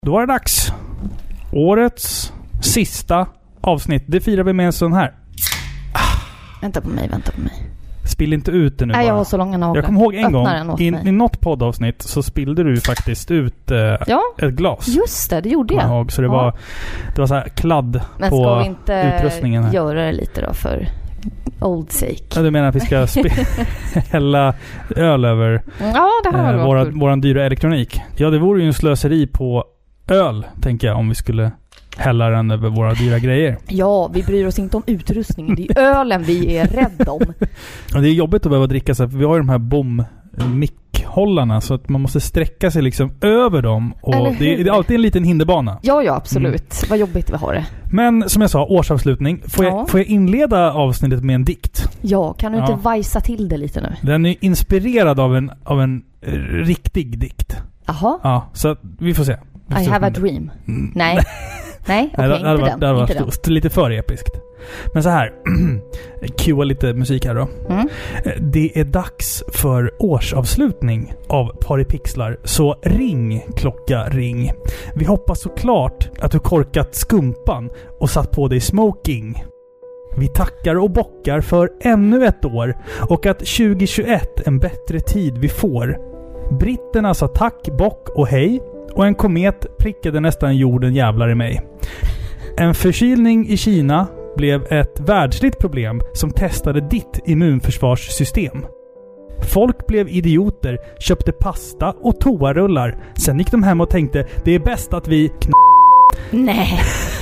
Då är det dags. Årets sista avsnitt. Det firar vi med en sån här. Vänta på mig. Spill inte ut det nu. Nej, jag har så långa naglar. Jag kommer ihåg en gång i något poddavsnitt så spillde du faktiskt ut ett glas. Just det gjorde jag. Ihåg, så det var så här kladd men på ska vi inte utrustningen här. Göra det lite då för old sake? Ja, du menar att vi ska hälla öl över det här våran dyra elektronik? Ja, det vore ju en slöseri på öl, tänker jag, om vi skulle hälla den över våra dyra grejer. Ja, vi bryr oss inte om utrustningen. Det är ölen vi är rädda om. Och det är jobbigt att behöva dricka så här, för vi har ju de här bommick-hållarna så att man måste sträcka sig liksom över dem. Och det är alltid en liten hinderbana. Ja, absolut. Vad jobbigt vi har det. Men som jag sa, årsavslutning. Får jag inleda avsnittet med en dikt? Ja, kan du inte vajsa till det lite nu? Den är inspirerad av en riktig dikt. Jaha. Ja, så vi får se. I have a dream. Nej. Nej, okej, inte den. Var lite för episkt. Men så här. Cua lite musik här då. Det är dags för årsavslutning av Paripixlar. Så ring, klocka, ring. Vi hoppas såklart att du korkat skumpan och satt på dig smoking. Vi tackar och bockar för ännu ett år och att 2021 en bättre tid vi får. Britterna sa tack, bock och hej. Och en komet prickade nästan jorden jävlar i mig. En förkylning i Kina blev ett världsligt problem som testade ditt immunförsvarssystem. Folk blev idioter, köpte pasta och toarullar. Sen gick de hem och tänkte, det är bäst att vi Nej.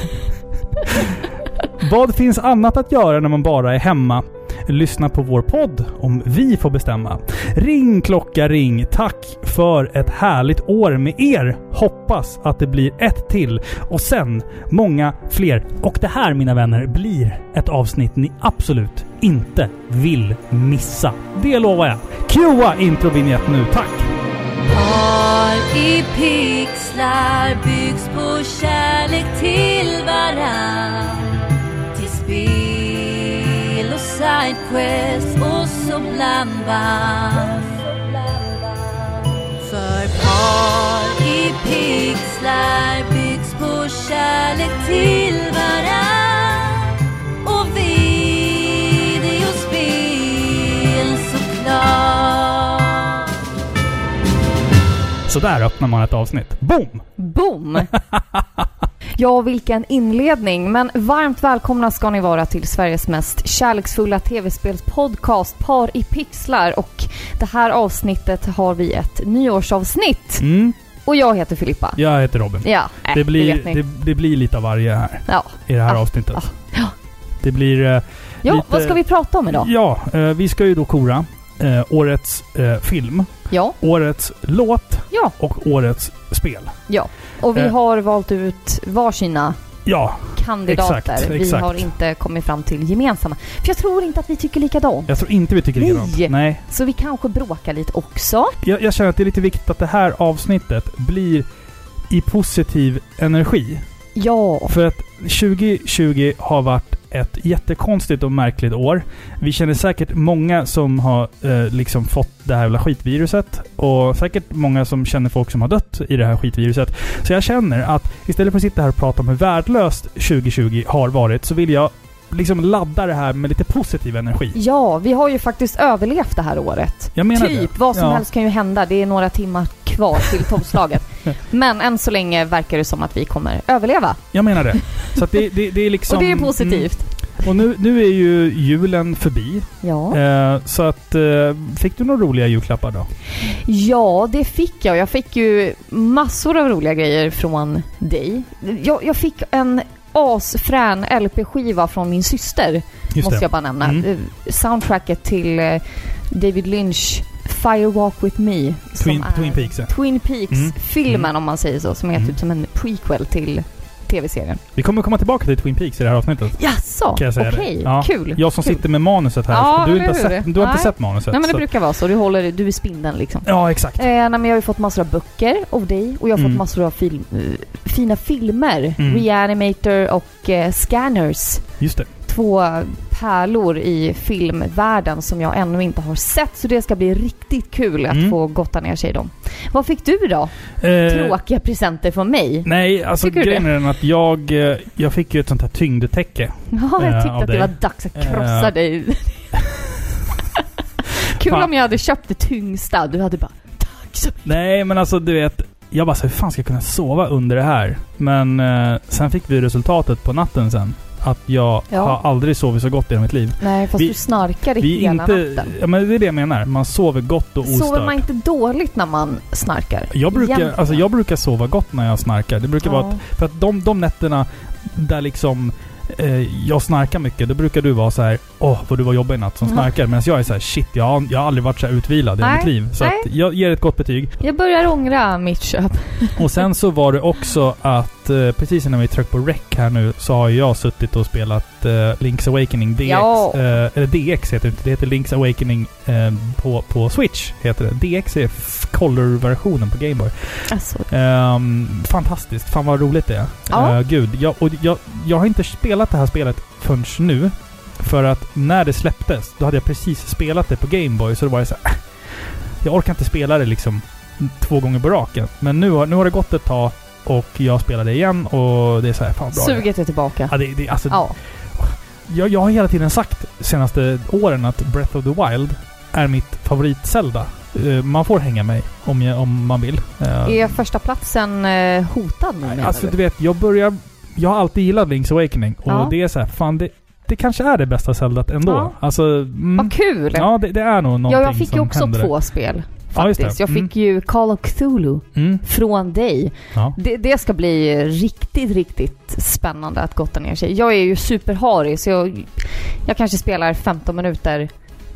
Vad finns annat att göra när man bara är hemma? Lyssna på vår podd om vi får bestämma. Ring, klocka, ring. Tack för ett härligt år med er. Hoppas att det blir ett till. Och sen många fler. Och det här, mina vänner, blir ett avsnitt ni absolut inte vill missa. Det lovar jag. Cua introvinjett nu, tack! Paripixlar byggs på kärlek till varann. Till spel och sidequest och så blandband. För Paripixlar byggs på kärlek till varann. Och videospel såklart. Så där öppnar man ett avsnitt. Boom! Boom! Ja, vilken inledning. Men varmt välkomna ska ni vara till Sveriges mest kärleksfulla tv-spelspodcast Paripixlar. Och det här avsnittet har vi ett nyårsavsnitt. Och jag heter Filippa. Jag heter Robin. Ja, det blir lite av varje här i det här avsnittet. Ja. Det blir lite... Vad ska vi prata om idag? Ja, vi ska ju då kora årets film. Ja. Årets låt och årets spel. Ja, och vi har valt ut varsina kandidater. Exakt. Vi har inte kommit fram till gemensamma. För jag tror inte att vi tycker likadant. Jag tror inte vi tycker likadant. Nej. Så vi kanske bråkar lite också. Jag känner att det är lite viktigt att det här avsnittet blir i positiv energi. Ja. För att 2020 har varit ett jättekonstigt och märkligt år. Vi känner säkert många som har liksom fått det här jävla skitviruset. Och säkert många som känner folk som har dött i det här skitviruset. Så jag känner att istället för att sitta här och prata om hur värdelöst 2020 har varit, så vill jag liksom ladda det här med lite positiv energi. Ja, vi har ju faktiskt överlevt det här året. Jag menar typ, vad som helst kan ju hända. Det är några timmar kvar till toppslaget. Men än så länge verkar det som att vi kommer överleva. Jag menar det. Så att det är liksom... Och det är positivt. Och nu är ju julen förbi. Ja. Så att fick du några roliga julklappar då? Ja, det fick jag. Jag fick ju massor av roliga grejer från dig. Jag fick en asfrän LP-skiva från min syster. Måste jag bara nämna. Soundtracket till David Lynch Firewalk with Me. Twin Peaks. Twin Peaks-filmen om man säger så. Som är typ som en prequel till tv-serien. Vi kommer komma tillbaka till Twin Peaks i det här avsnittet. Jaså, okej. Ja. Kul. Jag som sitter med manuset här. Ja, du har inte sett manuset. Nej, men det brukar vara så. Du är spindeln liksom. Ja, exakt. Men jag har ju fått massor av böcker av dig. Och jag har fått massor av fina filmer. Reanimator och Scanners. Just det. 2 pärlor i filmvärlden som jag ännu inte har sett, så det ska bli riktigt kul att få gotta ner sig i dem. Vad fick du då? Tråkiga presenter från mig? Nej, alltså grejen är den att jag fick ju ett sånt här tyngdtäcke. Ja, jag tyckte att det var dags att krossa dig. Kul om jag hade köpt det tyngsta. Du hade bara, tack så mycket. Nej, men alltså du vet, jag bara så hur fan ska jag kunna sova under det här? Men sen fick vi resultatet på natten sen. Att jag har aldrig sovit så gott i mitt liv. Nej, fast du snarkar hela natten. Ja, men det är det jag menar. Man sover gott och ostört. Sover man inte dåligt när man snarkar? Jag brukar sova gott när jag snarkar. Det brukar vara för att de nätterna där liksom jag snarkar mycket, då brukar du vara så här, vad du var jobbig i natt som snarkar. Medan jag är så här, shit, jag har aldrig varit så här utvilad i mitt liv. Så att jag ger ett gott betyg. Jag börjar ångra mitt köp. Och sen så var det också att precis innan vi tryckte på rec här nu så har jag suttit och spelat Link's Awakening DX. Ja. Eller DX heter det inte. Det heter Link's Awakening på Switch heter det. DX är color-versionen på Game Boy. Alltså. Fantastiskt. Fan vad roligt det är. Ja. Gud. Jag har inte spelat det här spelet förrän nu. För att när det släpptes, då hade jag precis spelat det på Game Boy. Så det var så här, jag orkar inte spela det liksom 2 gånger på raken. Men nu har det gått ett tag och jag spelar det igen och det är så här, fan bra. Suget är tillbaka. Ja, alltså, jag har hela tiden sagt senaste åren att Breath of the Wild är mitt favorit-Zelda. Man får hänga mig om man vill. Är första platsen hotad nu, menar alltså du? Du vet, jag har alltid gillat Link's Awakening och det är så här, fan det kanske är det bästa Zeldat ändå. Ja. Alltså, vad kul! Ja, det är nog någonting. Jag fick ju också 2 spel. Faktiskt. Jag fick ju Call of Cthulhu från dig. Ja. Det ska bli riktigt, riktigt spännande att gotta ner sig. Jag är ju superharig, så jag kanske spelar 15 minuter,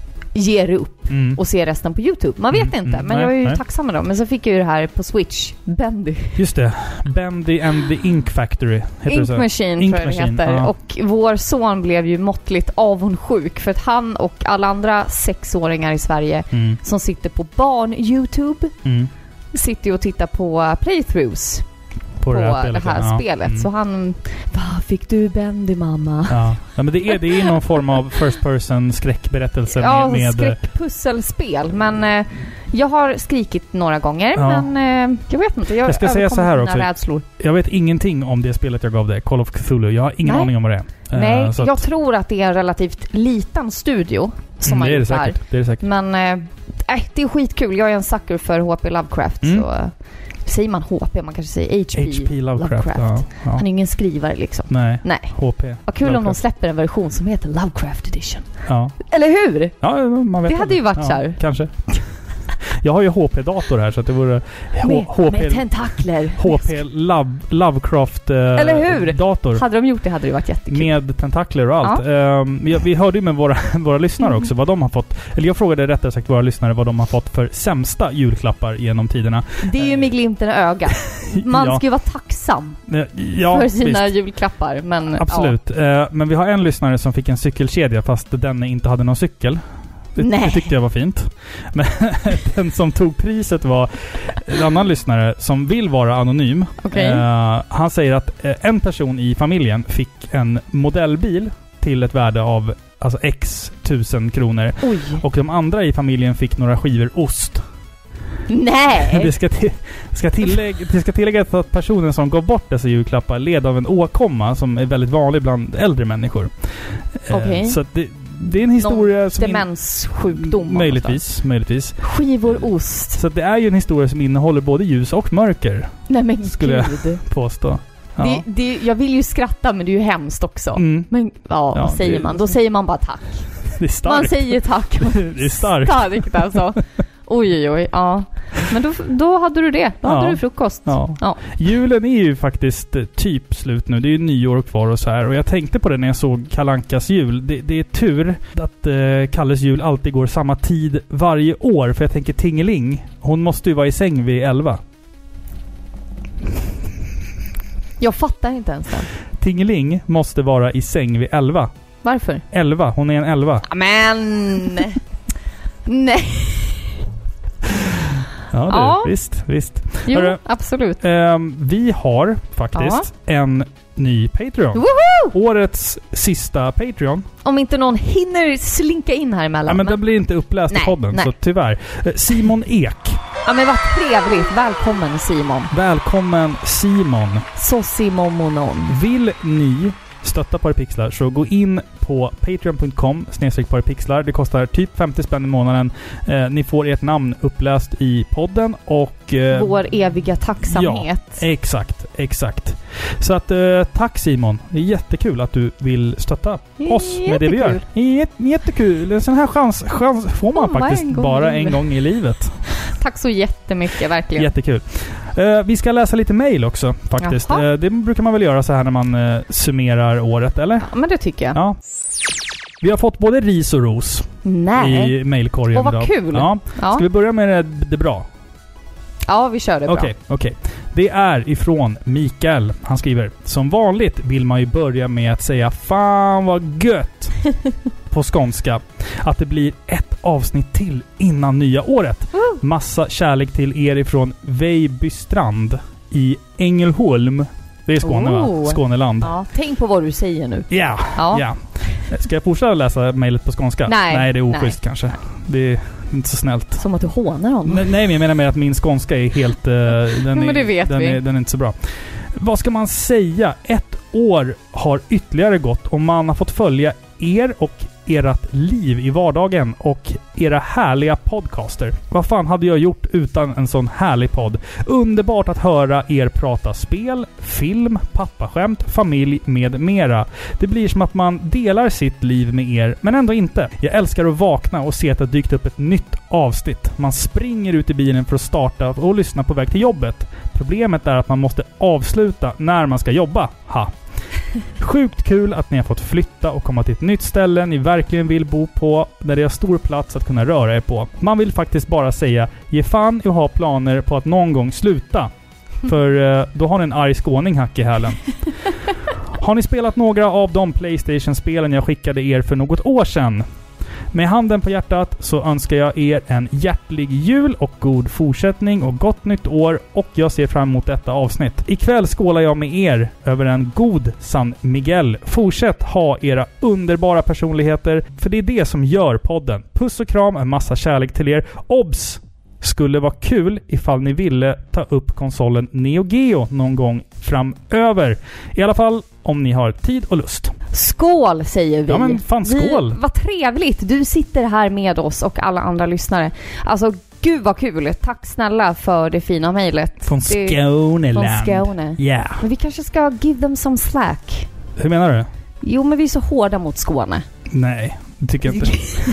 ger upp och ser resten på YouTube. Man vet inte, men jag är ju tacksam med dem. Men så fick jag ju det här på Switch, Bendy. Just det, Bendy and the Ink Factory heter Ink det så? Machine tror jag det heter. Ja. Och vår son blev ju måttligt avundsjuk för att han och alla andra 6-åringar i Sverige som sitter på barn-YouTube sitter ju och tittar på playthroughs på det här spelet. Så han, vad fick du Bendy, mamma? Ja, men det är någon form av first person skräckberättelse med skräckpusselspel. Men jag har skrikit några gånger, men jag vet inte. Jag ska säga så här också. Rädslor. Jag vet ingenting om det spelet jag gav dig, Call of Cthulhu. Jag har ingen aning om vad det är. Nej, jag tror att det är en relativt liten studio som har gjort det här. Det är det säkert. Men det är skitkul. Jag är en sucker för H.P. Lovecraft, så säger man HP, man kanske säger H.P. Lovecraft. Ja. Han är ingen skrivare liksom. Nej. HP. Vad kul om de släpper en version som heter Lovecraft Edition. Ja. Eller hur? Ja, man vet. Det hade ju varit så här. Kanske. Jag har ju HP-dator här så att det vore med tentakler. HP Lovecraft eller hur? Dator. Hade de gjort det hade det varit jättekul. Med tentakler och allt. Vi hörde ju med våra lyssnare också vad de har fått. Eller jag frågade rättare sagt våra lyssnare vad de har fått för sämsta julklappar genom tiderna. Det är ju med glimten i ögat. Man ska ju vara tacksam för sina julklappar. Men, absolut. Men vi har en lyssnare som fick en cykelkedja fast den inte hade någon cykel. Det tyckte jag var fint. Men den som tog priset var en annan lyssnare som vill vara anonym. Okay. Han säger att en person i familjen fick en modellbil till ett värde av alltså x 1000 kronor. Oj. Och de andra i familjen fick några skivor ost. Nej! Det ska tilläggas att personen som gav bort dessa julklappar led av en åkomma som är väldigt vanlig bland äldre människor. Okay. Så att det är en historia som demenssjukdom. Möjligtvis. Skivor ost. Så det är ju en historia som innehåller både ljus och mörker. Nej men skulle jag påstå. Ja. Jag vill ju skratta, men det är ju hemskt också. Men vad säger man? Då säger man bara tack. Det är starkt. Man säger tack. Det är starkt. Starkt alltså. Oj, ja. Men då hade du det. Då hade du frukost. Ja. Julen är ju faktiskt typ slut nu. Det är ju nyår kvar och så här. Och jag tänkte på det när jag såg Kalle Ankas jul. Det är tur att Kalles jul alltid går samma tid varje år. För jag tänker Tingeling, hon måste ju vara i säng vid 11. Jag fattar inte ens det. Tingeling måste vara i säng vid 11. Varför? 11. Hon är en 11. Men nej. Ja, visst. Jo, hörru, absolut. Vi har faktiskt en ny Patreon. Woho! Årets sista Patreon. Om inte någon hinner slinka in här emellan. Ja, men den blir inte uppläst i podden, så tyvärr. Simon Ek. Ja, men vad trevligt. Välkommen Simon. Välkommen Simon. Så Simon Monon. Vill ni stötta Paripixlar så gå in på patreon.com/paripixlar. Det kostar typ 50 spänn i månaden. Ni får ert namn uppläst i podden och vår eviga tacksamhet. Ja, exakt. Så att tack Simon. Det är jättekul att du vill stötta oss med det vi gör. Jättekul. En sån här chans får man faktiskt bara en gång i livet. Tack så jättemycket, verkligen. Jättekul. Vi ska läsa lite mejl också faktiskt. Det brukar man väl göra så här när man summerar året, eller? Ja, men det tycker jag. Ja. Vi har fått både ris och ros i mejlkorgen idag. Vad kul! Ja. Ska vi börja med det bra? Ja, vi kör det bra. Okej. Det är ifrån Mikael. Han skriver: som vanligt vill man ju börja med att säga fan vad gött på skånska. Att det blir ett avsnitt till innan nya året. Massa kärlek till er ifrån Vejbystrand i Ängelholm. Det är Skåne, va? Skåneland. Ja, tänk på vad du säger nu. Ja. Ska jag fortsätta läsa mejlet på skånska? Nej, det är oschysst kanske. Det är inte så snällt. Som att du hånar honom. Nej, men jag menar med att min skånska är helt... men det vet vi. Den är inte så bra. Vad ska man säga? Ett år har ytterligare gått och man har fått följa er och ert liv i vardagen och era härliga podcaster. Vad fan hade jag gjort utan en sån härlig podd? Underbart att höra er prata spel, film, pappaskämt, familj med mera. Det blir som att man delar sitt liv med er, men ändå inte. Jag älskar att vakna och se att det dykt upp ett nytt avsnitt. Man springer ut i bilen för att starta och lyssna på väg till jobbet. Problemet är att man måste avsluta när man ska jobba. Sjukt kul att ni har fått flytta och komma till ett nytt ställe ni verkligen vill bo på, där det har stor plats att kunna röra er på. Man vill faktiskt bara säga, ge fan och ha planer på att någon gång sluta. För då har ni en arg skåning hack i hälen. Har ni spelat några av de PlayStation-spelen jag skickade er för något år sedan? Med handen på hjärtat så önskar jag er en hjärtlig jul och god fortsättning och gott nytt år, och jag ser fram emot detta avsnitt. Ikväll skålar jag med er över en god San Miguel. Fortsätt ha era underbara personligheter, för det är det som gör podden. Puss och kram, en massa kärlek till er. Obs! Skulle vara kul ifall ni ville ta upp konsolen Neo Geo någon gång framöver. I alla fall om ni har tid och lust. Skål säger vi. Ja, men fan skål. Vad trevligt. Du sitter här med oss och alla andra lyssnare. Alltså, gud vad kul. Tack snälla för det fina mejlet. Från Skåneland. Från Skåne. Yeah. Men vi kanske ska give them some slack. Hur menar du? Jo, men vi är så hårda mot Skåne. Nej, det tycker jag inte.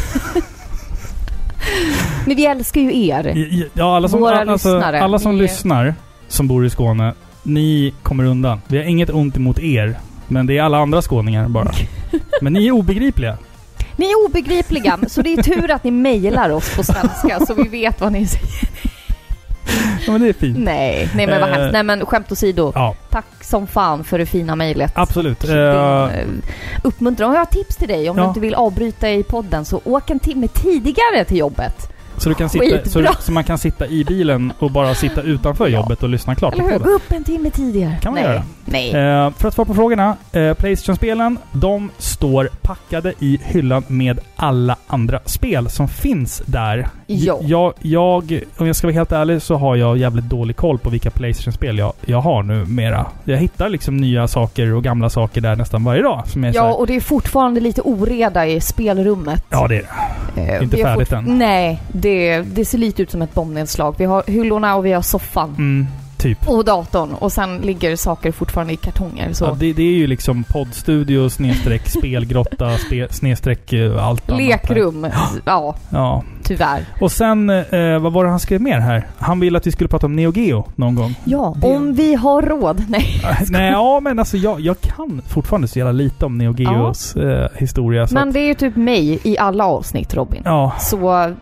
Men vi älskar ju er. Ja, alla som lyssnar som bor i Skåne, ni kommer undan. Vi har inget ont emot er, men det är alla andra skåningar bara. Men ni är obegripliga. Ni är obegripliga, så det är tur att ni mejlar oss på svenska så vi vet vad ni säger. Ja, men det är fint. Nej men vad hemskt. Nej, men skämt åsido. Ja. Tack som fan för det fina mejlet. Absolut. Uppmuntran. Och jag har tips till dig. Om du inte vill avbryta i podden, så åk en timme tidigare till jobbet. Så du kan sitta, så man kan sitta i bilen och bara sitta utanför jobbet och lyssna klart på podden. Gå upp en timme tidigare. Kan man göra. Nej. För att svara på frågorna, PlayStation-spelen, de står packade i hyllan med alla andra spel som finns där. Om jag ska vara helt ärlig, så har jag jävligt dålig koll på vilka PlayStation-spel jag har nu mera. Jag hittar liksom nya saker och gamla saker där nästan varje dag. Som är och det är fortfarande lite oreda i spelrummet. Ja, det är det. Inte färdigt än. Nej, det ser lite ut som ett bombnedslag. Vi har hyllorna och vi har soffan. Typ. Och datorn. Och sen ligger saker fortfarande i kartonger. Så. Ja, det är ju liksom poddstudio / spelgrotta / allt annat. Lekrum. Ja. Tyvärr. Och sen, vad var det han skrev mer här? Han ville att vi skulle prata om Neo Geo någon gång. Ja, om vi har råd. Nej, men alltså jag kan fortfarande så jävla lite om Neo Geos historia. Så men det är ju typ mig i alla avsnitt, Robin. Ja. Så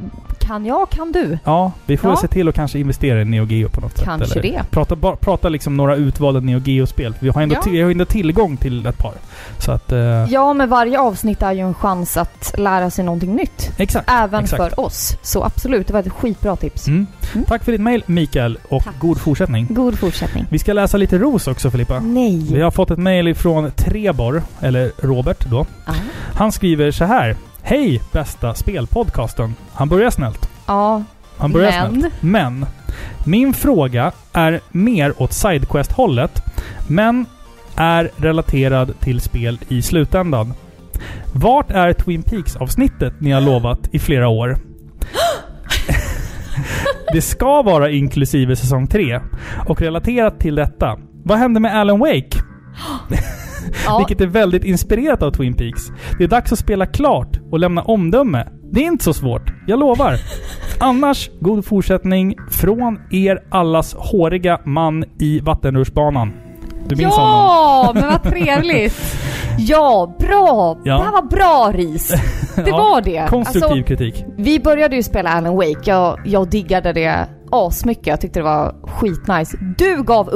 kan du. Ja, vi får se till att kanske investera i Neo Geo på något sätt. Kanske eller det. Prata liksom några utvalda Neo Geo-spel. Vi har ändå tillgång till ett par. Så att, ja, men varje avsnitt är ju en chans att lära sig någonting nytt. Exakt. Även för oss. Så absolut, det var ett skitbra tips. Tack för ditt mejl, Mikael, och god fortsättning. God fortsättning. Vi ska läsa lite ros också, Filippa. Nej. Vi har fått ett mejl från Trebor, eller Robert då. Han skriver så här: hej, bästa spelpodcasten. Han börjar snällt. Ja. Han börjar snällt. Men min fråga är mer åt Sidequest-hållet, men är relaterad till spel i slutändan. Vart är Twin Peaks-avsnittet ni har lovat i flera år? Det ska vara inklusive säsong 3. Och relaterat till detta, vad hände med Alan Wake? Vilket är väldigt inspirerat av Twin Peaks. Det är dags att spela klart och lämna omdöme. Det är inte så svårt, jag lovar. Annars, god fortsättning från er allas håriga man i vattenrutschbanan. Du minns honom? Ja, men vad trevligt. Ja, bra. Ja. Det här var bra, Ris. Det var det. Konstruktiv kritik. Vi började ju spela Alan Wake. Jag diggade det asmycket. Jag tyckte det var skitnice. Du gav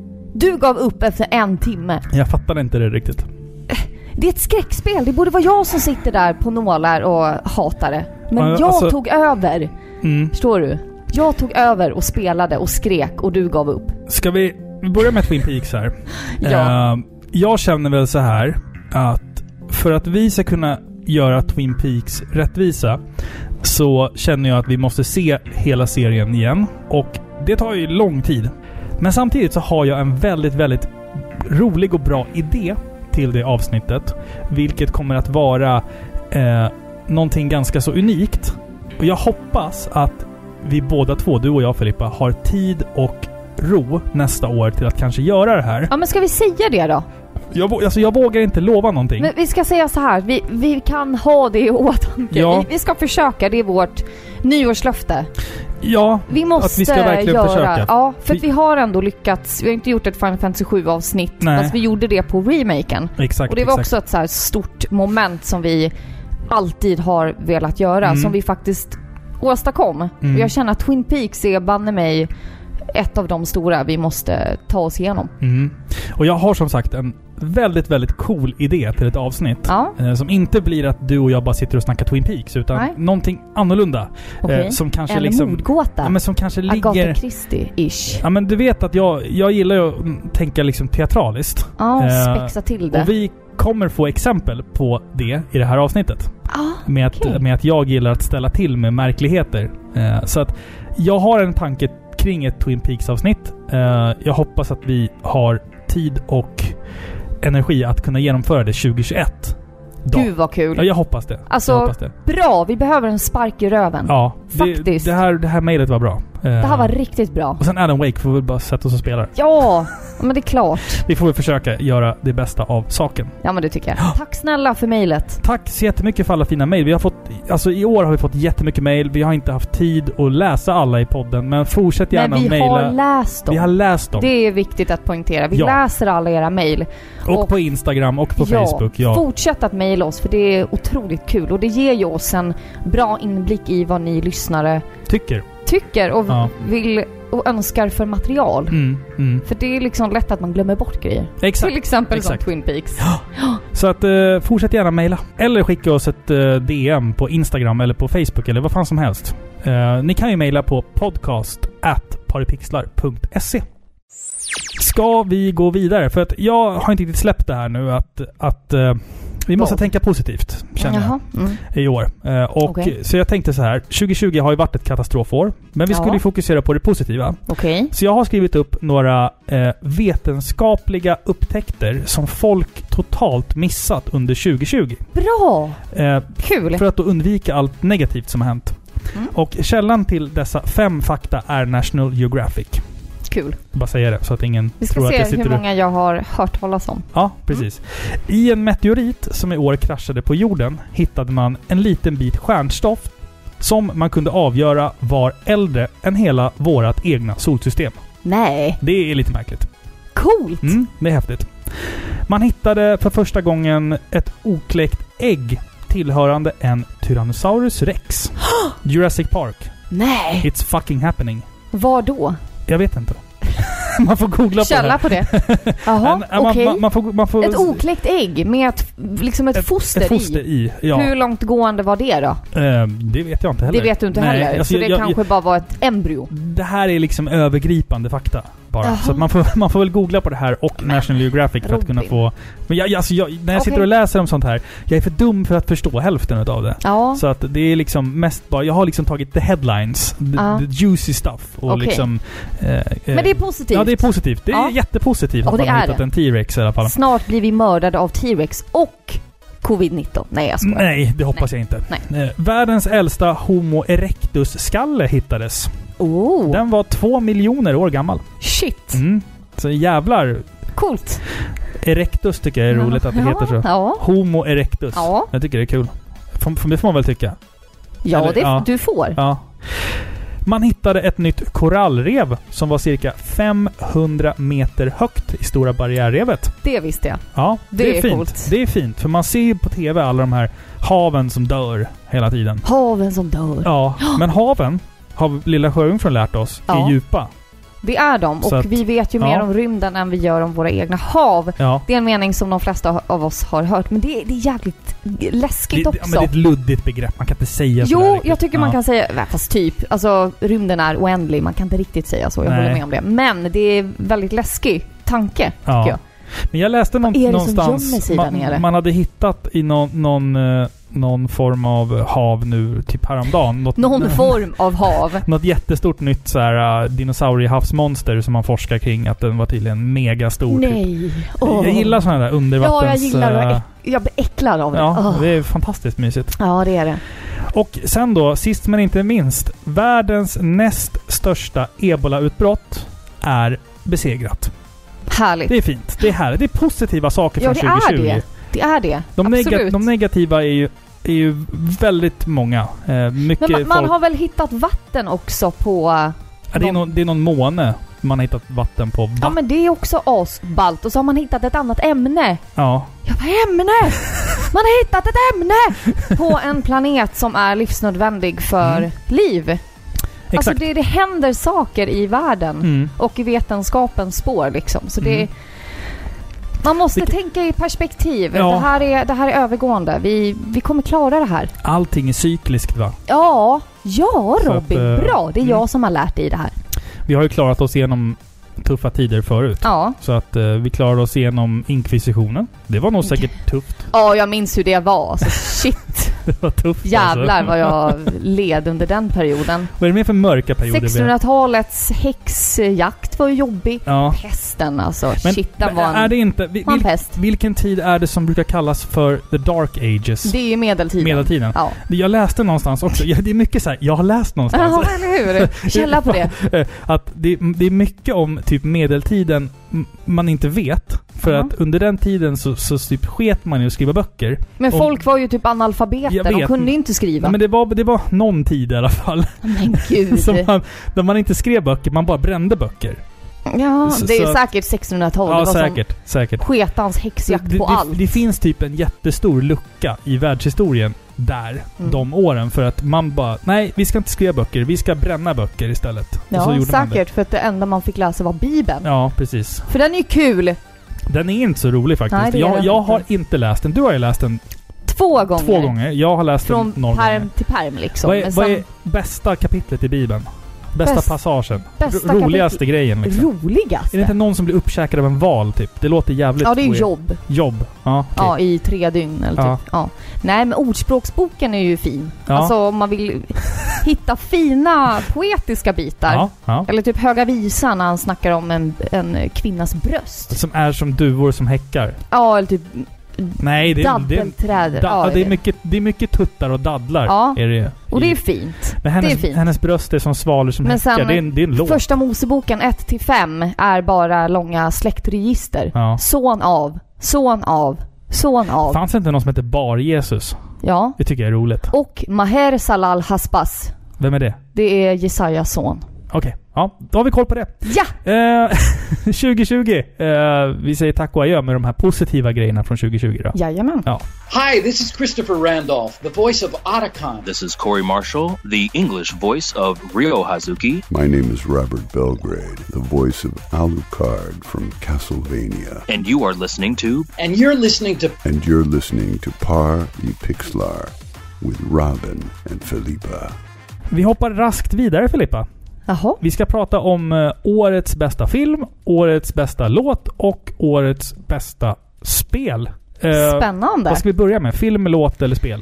upp efter 1 timme. Jag fattade inte det riktigt. Det är ett skräckspel. Det borde vara jag som sitter där på nålar och hatar det. Men jag tog över. Förstår du? Jag tog över och spelade och skrek och du gav upp. Ska vi börja med Twin Peaks här? Ja. Jag känner väl så här att för att vi ska kunna göra Twin Peaks rättvisa så känner jag att vi måste se hela serien igen. Och det tar ju lång tid. Men samtidigt så har jag en väldigt, väldigt rolig och bra idé till det avsnittet. Vilket kommer att vara någonting ganska så unikt. Och jag hoppas att vi båda två, du och jag Filippa, har tid och ro nästa år till att kanske göra det här. Ja, men ska vi säga det då? Jag vågar inte lova någonting. Men vi ska säga så här, vi kan ha det i åtanke. Ja. Vi ska försöka, det är vårt nyårslöfte. Ja, vi måste att vi ska verkligen försöka. Ja, för vi har ändå lyckats. Vi har inte gjort ett Final Fantasy 7-avsnitt. Fast vi gjorde det på remaken. Exakt. Och det var också ett så här stort moment som vi alltid har velat göra. Som vi faktiskt åstadkom. Och jag känner att Twin Peaks är banne mig ett av de stora vi måste ta oss igenom. Och jag har som sagt en väldigt, väldigt cool idé till ett avsnitt. Som inte blir att du och jag bara sitter och snackar Twin Peaks, utan någonting annorlunda. Som kanske en mordgåta. Ja, men som kanske ligger... Agatha Christie-ish. Ja, men du vet att jag gillar ju att tänka liksom teatraliskt. Ja, spexa till det. Och vi kommer få exempel på det i det här avsnittet. Med att jag gillar att ställa till med märkligheter. Så att jag har en tanke kring ett Twin Peaks-avsnitt. Jag hoppas att vi har tid och energi att kunna genomföra det 2021. Gud vad kul. Ja, jag hoppas det. Alltså, bra. Vi behöver en spark i röven. Ja, faktiskt. Det här mejlet var bra. Det här var riktigt bra. Och sen Alan Wake får vi bara sätta oss och spela. Ja, men det är klart. Vi får väl försöka göra det bästa av saken. Ja, men det tycker jag. Tack snälla för mejlet. Tack så jättemycket för alla fina mejl. Vi har fått, alltså i år har vi fått jättemycket mejl. Vi har inte haft tid att läsa alla i podden, men fortsätt gärna att mejla. Men vi har läst dem. Det är viktigt att poängtera. Vi läser alla era mejl. Och på Instagram och på Facebook. Ja. Fortsätt att mejla oss, för det är otroligt kul. Och det ger ju oss en bra inblick i vad ni lyssnare tycker och vill och önskar för material. För det är liksom lätt att man glömmer bort grejer. Exakt. Till exempel som Twin Peaks. Så att fortsätt gärna mejla. Eller skicka oss ett DM på Instagram eller på Facebook eller vad fan som helst. Ni kan ju mejla på podcast@paripixlar.se. Ska vi gå vidare? För att jag har inte riktigt släppt det här nu att vi måste tänka positivt, känner jag, i år. Så jag tänkte så här, 2020 har ju varit ett katastrofår, men vi skulle ju fokusera på det positiva. Så jag har skrivit upp några vetenskapliga upptäckter som folk totalt missat under 2020. Bra! Kul! För att då undvika allt negativt som har hänt. Och källan till dessa 5 fakta är National Geographic. Kul. Bara säga det så att ingen vi ska tror se att det hur många jag har hört talas om. Ja, precis. I en meteorit som i år kraschade på jorden hittade man en liten bit stjärnstoff som man kunde avgöra var äldre än hela vårat egna solsystem. Nej. Det är lite märkligt. Coolt! Det är häftigt. Man hittade för första gången ett okläckt ägg tillhörande en Tyrannosaurus rex. Jurassic Park. Nej! It's fucking happening. Var då? Jag vet inte. Man får googla på det. Källa på det. Jaha, okej. Man får ett okläckt ägg med ett foster i. Ja. Hur långt gående var det då? Det vet jag inte heller. Det vet du inte heller. Alltså, så det kanske bara var ett embryo. Det här är liksom övergripande fakta bara. Så att man får väl googla på det här och National Geographic för att kunna få... Men när jag sitter och läser om sånt här, jag är för dum för att förstå hälften av det. Ja. Så att det är liksom mest bara... Jag har liksom tagit the headlines, the juicy stuff. Och liksom, men det är positivt. Ja, det är positivt. Det är jättepositivt att man har hittat en T-Rex i alla fall. Snart blir vi mördade av T-Rex och covid-19. Nej, jag skojar. Nej, det hoppas jag inte. Världens äldsta Homo erectus-skalle hittades. Den var 2 miljoner år gammal. Shit. Så jävlar. Coolt. Erectus tycker jag är roligt att det heter så. Ja. Homo erectus. Ja. Jag tycker det är kul. Det får man väl tycka. Ja, du får. Ja. Man hittade ett nytt korallrev som var cirka 500 meter högt i Stora barriärrevet. Det visste jag. Ja, det är fint. Coolt. Det är fint, för man ser ju på tv alla de här haven som dör hela tiden. Haven som dör. Ja, men haven har Lilla Sjöjungfrun lärt oss är djupa. Det är de, och vi vet ju mer om rymden än vi gör om våra egna hav. Ja. Det är en mening som de flesta av oss har hört, men det är jävligt läskigt också. Men det är ett luddigt begrepp, man kan inte säga så. Jo, jag tycker man kan säga, fast typ, alltså rymden är oändlig, man kan inte riktigt säga så, jag håller med om det. Men det är väldigt läskig tanke, tycker jag. Men jag läste någonstans, man hade hittat i någon form av hav nu, typ häromdagen. Någon form av hav. Något jättestort nytt så här dinosauriehavsmonster som man forskar kring, att den var tydligen mega stor. Nej. Typ. Jag gillar sådana där undervattens... Ja, jag gillar det. Jag blir äcklad av det. Ja, det är fantastiskt mysigt. Ja, det är det. Och sen då, sist men inte minst, världens näst största ebola-utbrott är besegrat. Härligt. Det är fint. Det är härligt. Det är positiva saker från 2020. Det är det. Absolut. De negativa är ju väldigt många. Mycket men man har väl hittat vatten också på... Ja, det är någon måne man har hittat vatten på. Ja, men det är också asballt. Och så har man hittat ett annat ämne. Ja. Vad ämne? Man har hittat ett ämne på en planet som är livsnödvändig för liv. Exakt. Alltså det händer saker i världen och i vetenskapens spår liksom. Så det man måste tänka i perspektiv. Ja. Det här är övergående. Vi kommer klara det här. Allting är cykliskt, va? Ja, Robin. Bra. Det är jag som har lärt dig det här. Vi har ju klarat oss igenom tuffa tider förut. Ja. Så att vi klarade oss igenom inkvisitionen. Det var nog säkert tufft. Ja, jag minns hur det var. Alltså, shit. Det var tufft. Jävlar vad jag led under den perioden. Vad är det mer för mörka perioder? 1600-talets häxjakt var ju jobbig. Ja. Pesten alltså. Men shit, den var är det inte... pest. Vilken tid är det som brukar kallas för the dark ages? Det är ju medeltiden. Ja. Jag läste någonstans också. Det är mycket så här, jag har läst någonstans. Ja, eller hur? Källa på det. Att det är mycket om typ medeltiden man inte vet. För att under den tiden så typ sket man ju att skriva böcker. Men folk var ju typ analfabeter. De kunde inte skriva. Nej, men det var någon tid i alla fall. Men gud. där man inte skrev böcker, man bara brände böcker. Ja, det är säkert 1600-talet. Ja, det var säkert. Sketans häxjakt på allt. Det finns typ en jättestor lucka i världshistorien där, de åren, för att man bara, nej, vi ska inte skriva böcker, vi ska bränna böcker istället. Ja, så säkert, för att det enda man fick läsa var Bibeln. Ja, precis. För den är ju kul. Den är inte så rolig faktiskt. Nej, jag har inte läst den. Du har ju läst den 2 gånger. 2 gånger. Jag har läst den någon gång. Från perm till perm liksom. Vad är bästa kapitlet i Bibeln? Bästa passagen. Roligaste grejen liksom. Roligaste? Är det inte någon som blir uppkäkad av en val typ? Det låter jävligt... Ja, det är Jobb. Jobb. Ja, okay. Ja, i 3 dygn eller typ. Ja. Nej, men Ordspråksboken är ju fin. Ja. Alltså om man vill hitta fina poetiska bitar. Ja. Eller typ Höga visan när han snackar om en kvinnas bröst. Som är som duvor som häckar. Ja, eller typ... Nej, det är mycket tuttar och daddlar. Ja, är det, och det är fint. Men hennes bröst är som svalor som häckar. Det är en låt. Första Moseboken 1-5 är bara långa släktregister. Ja. Son av. Fanns det inte någon som heter Bar Jesus? Ja. Det tycker jag är roligt. Och Maher Salal Hasbas. Vem är det? Det är Jesajas son. Okej. Ja, då har vi koll på det. Ja! 2020. Vi säger tack och adjö med de här positiva grejerna från 2020 då. Jajamän. Ja. Hi, this is Christopher Randolph, the voice of Otacon. This is Corey Marshall, the English voice of Ryo Hazuki. My name is Robert Belgrade, the voice of Alucard from Castlevania. And you are listening to... And you're listening to Par i Pixlar with Robin and Filippa. Vi hoppar raskt vidare, Filippa. Jaha. Vi ska prata om årets bästa film, årets bästa låt och årets bästa spel. Spännande. Vad ska vi börja med? Film, låt eller spel?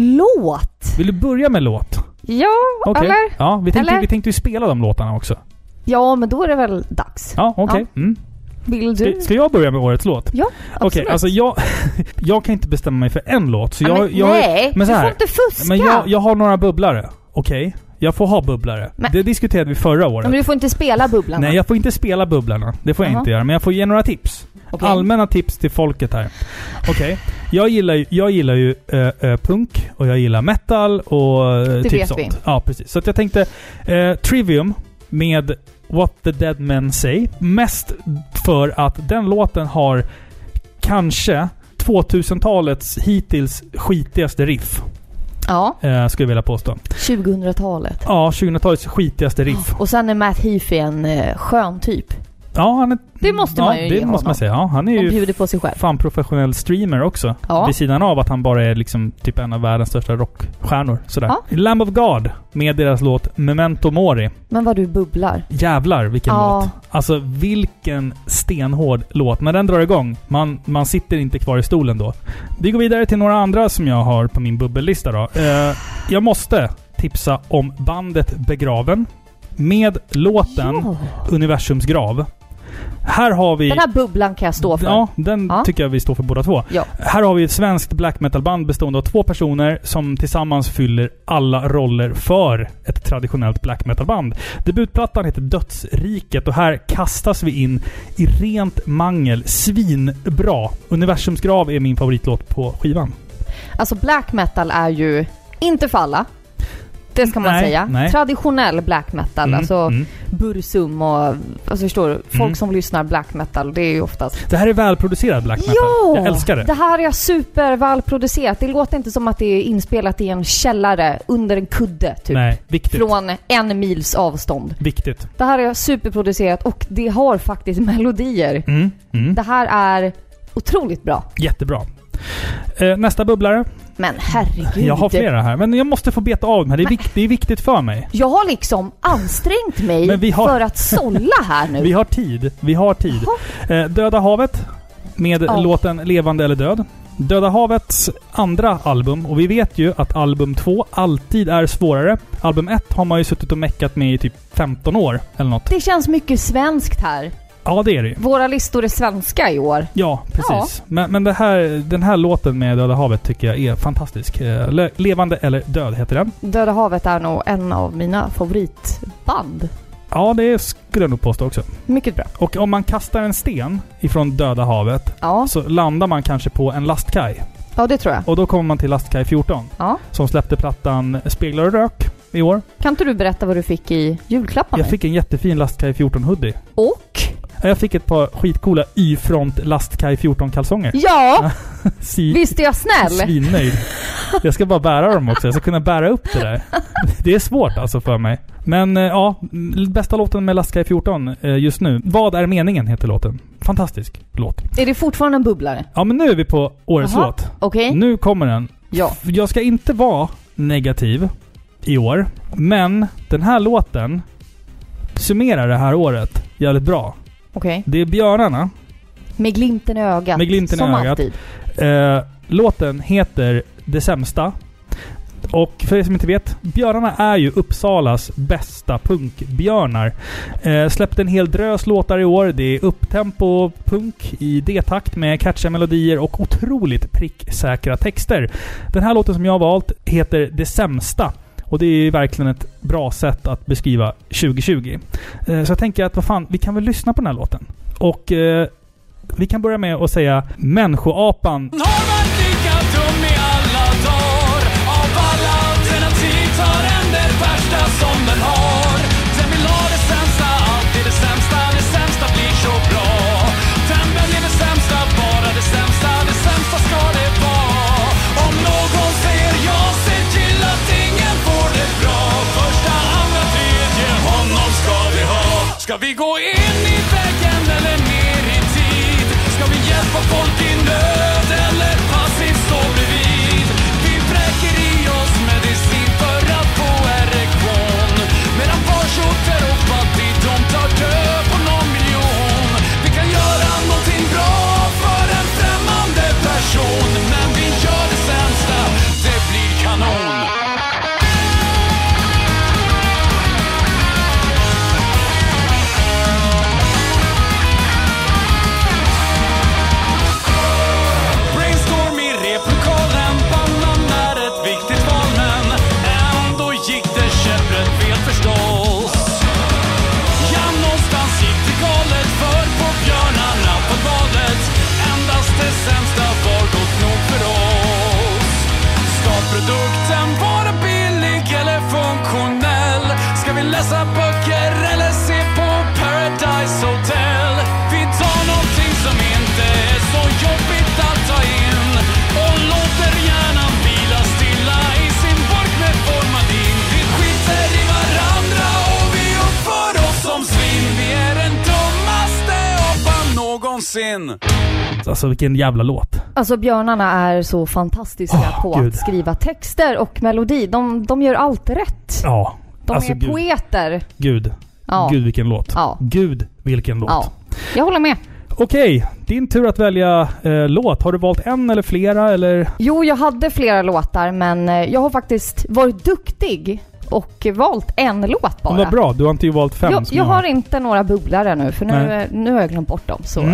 Låt. Vill du börja med låt? Ja, Okay. eller? Ja, vi tänkte ju spela de låtarna också. Ja, men då är det väl dags. Ja, okej. Ja. Mm. Vill du? Ska jag börja med årets låt? Ja, absolut. Okej, alltså jag kan inte bestämma mig för en låt. Så nej, men så här, du får inte fuska. Men jag har några bubblare. Okej? Jag får ha bubblare. Men, det diskuterade vi förra året. Men du får inte spela bubblarna. Nej, jag får inte spela bubblarna. Det får jag inte göra. Men jag får ge några tips. Okay. Allmänna tips till folket här. Okej. Jag gillar ju punk och jag gillar metal och typ sånt. Vi. Ja, precis. Så att jag tänkte Trivium med What the Dead Men Say. Mest för att den låten har kanske 2000-talets hittills skitigaste riff. Ja. Skulle jag vilja påstå. 2000-talet. Ja, 2000-talets skitigaste riff. Och sen är Matt Heafy en skön typ. Ja, han är, det måste man ju det måste man säga. Ja, han är ju på sig själv. Fan professionell streamer också. Ja. Vid sidan av att han bara är liksom typ en av världens största rockstjärnor. Sådär. Ja. Lamb of God med deras låt Memento Mori. Men vad du bubblar. Jävlar vilken låt. Alltså vilken stenhård låt. När den drar igång, man sitter inte kvar i stolen då. Vi går vidare till några andra som jag har på min bubbellista då. Jag måste tipsa om bandet Begraven. Med låten Universums grav. Här har vi... Den här bubblan kan jag stå för. Ja, den tycker jag vi står för båda två. Ja. Här har vi ett svenskt black metal band bestående av 2 personer som tillsammans fyller alla roller för ett traditionellt black metal band. Debutplattan heter Dödsriket och här kastas vi in i rent mangel. Svinbra. Universums grav är min favoritlåt på skivan. Alltså black metal är ju inte för alla. Det ska man säga. Nej. Traditionell black metal. Alltså Bursum och... Alltså förstår du? Folk som lyssnar black metal, det är ju oftast... Det här är välproducerad black metal. Ja! Jag älskar det. Det här är super välproducerat. Det låter inte som att det är inspelat i en källare under en kudde, typ. Nej, viktigt. Från 1 mils avstånd. Viktigt. Det här är superproducerat och det har faktiskt melodier. Det här är otroligt bra. Jättebra. Nästa bubblare. Men herregud. Jag har flera här, men jag måste få beta av dem här. Det är viktigt för mig. Jag har liksom ansträngt mig för att sålla här nu. Vi har tid. Döda havet med låten Levande eller död. Döda havets andra album, och vi vet ju att album 2 alltid är svårare. Album 1 har man ju suttit och meckat med i typ 15 år eller något. Det känns mycket svenskt här. Ja, det är det. Våra listor är svenska i år. Ja, precis. Ja. Men den här låten med Döda havet tycker jag är fantastisk. Levande eller död heter den. Döda havet är nog en av mina favoritband. Ja, det skulle jag nog påstå också. Mycket bra. Och om man kastar en sten ifrån Döda havet så landar man kanske på en lastkaj. Ja, det tror jag. Och då kommer man till Lastkaj 14. Ja. Som släppte plattan Speglar och rök i år. Kan inte du berätta vad du fick i julklappen? Jag fick en jättefin Lastkaj 14 hoodie. Och? Jag fick ett par skitcoola Y-front Lastkaj 14 kalsonger. Ja! Visst är jag snäll? Svinnöjd. Jag ska bara bära dem också. Jag ska kunna bära upp det där. Det är svårt alltså för mig. Men ja, bästa låten med Lastkaj 14 just nu. Vad är meningen heter låten. Fantastisk låt. Är det fortfarande en bubblare? Ja, men nu är vi på årets låt. Okay. Nu kommer den. Ja. Jag ska inte vara negativ i år. Men den här låten summerar det här året jävligt bra. Okay. Det är Björnarna. Med glimten i ögat. Med glimten i ögat. Alltid. Låten heter Det sämsta. Och för er som inte vet, Björnarna är ju Uppsalas bästa punkbjörnar. Släppte en hel drös låtar i år. Det är upptempo punk i D-takt med catchiga melodier och otroligt pricksäkra texter. Den här låten som jag har valt heter Det sämsta. Och det är verkligen ett bra sätt att beskriva 2020. Så jag tänker att vi kan väl lyssna på den här låten. Och vi kan börja med att säga Människoapan. Som den har. Sen vi la det sämsta vi gå in i väggen eller ner i tid? Ska vi hjälpa folk i nöd eller passivt stå bredvid? Vi bräcker i oss medicin för att få erektion, medan farsoter och fattigdom tar död på någon miljon. Vi kan göra någonting bra för en främmande person, men vi gör det sämsta, det blir kanon. Produkten vara billig eller funktionell? Ska vi läsa böcker eller se på Paradise Hotel? Vi tar någonting som inte är så jobbigt att ta in och låter hjärnan vila stilla i sin burk med formalin. Vi skiter i varandra och vi uppför oss som svin. Vi är den dummaste apan någonsin. Alltså vilken jävla låt. Alltså björnarna är så fantastiska på att skriva texter och melodi. De gör allt rätt. Ja. De alltså, är poeter. Gud vilken låt. Ja. Gud vilken låt. Ja. Jag håller med. Okej, din tur att välja låt. Har du valt en eller flera? Eller? Jo, jag hade flera låtar, men jag har faktiskt varit duktig och valt en låt bara. Men vad bra, du har inte valt 5. Jag har inte några bubblare nu, för nu har jag glömt bort dem. Så,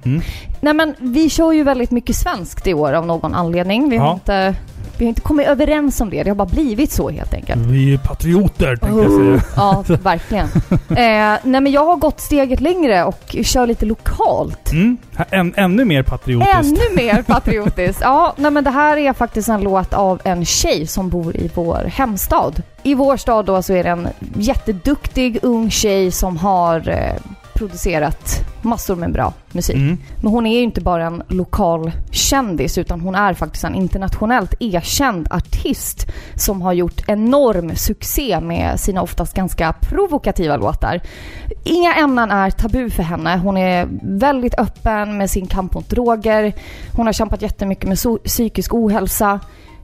Nej, men vi kör ju väldigt mycket svenskt i år av någon anledning. Vi har inte kommit överens om det. Det har bara blivit så helt enkelt. Vi är patrioter, tänkte jag säga. Ja, verkligen. Nej, men jag har gått steget längre och kör lite lokalt. Ännu mer patriotiskt. Ännu mer patriotiskt. Ja, nej, men det här är faktiskt en låt av en tjej som bor i vår hemstad. I vår stad då så är det en jätteduktig ung tjej som har producerat massor med bra musik. Men hon är ju inte bara en lokal kändis, utan hon är faktiskt en internationellt erkänd artist som har gjort enorm succé med sina oftast ganska provokativa låtar. Inga ämnen är tabu för henne. Hon är väldigt öppen med sin kamp mot droger. Hon har kämpat jättemycket med psykisk ohälsa.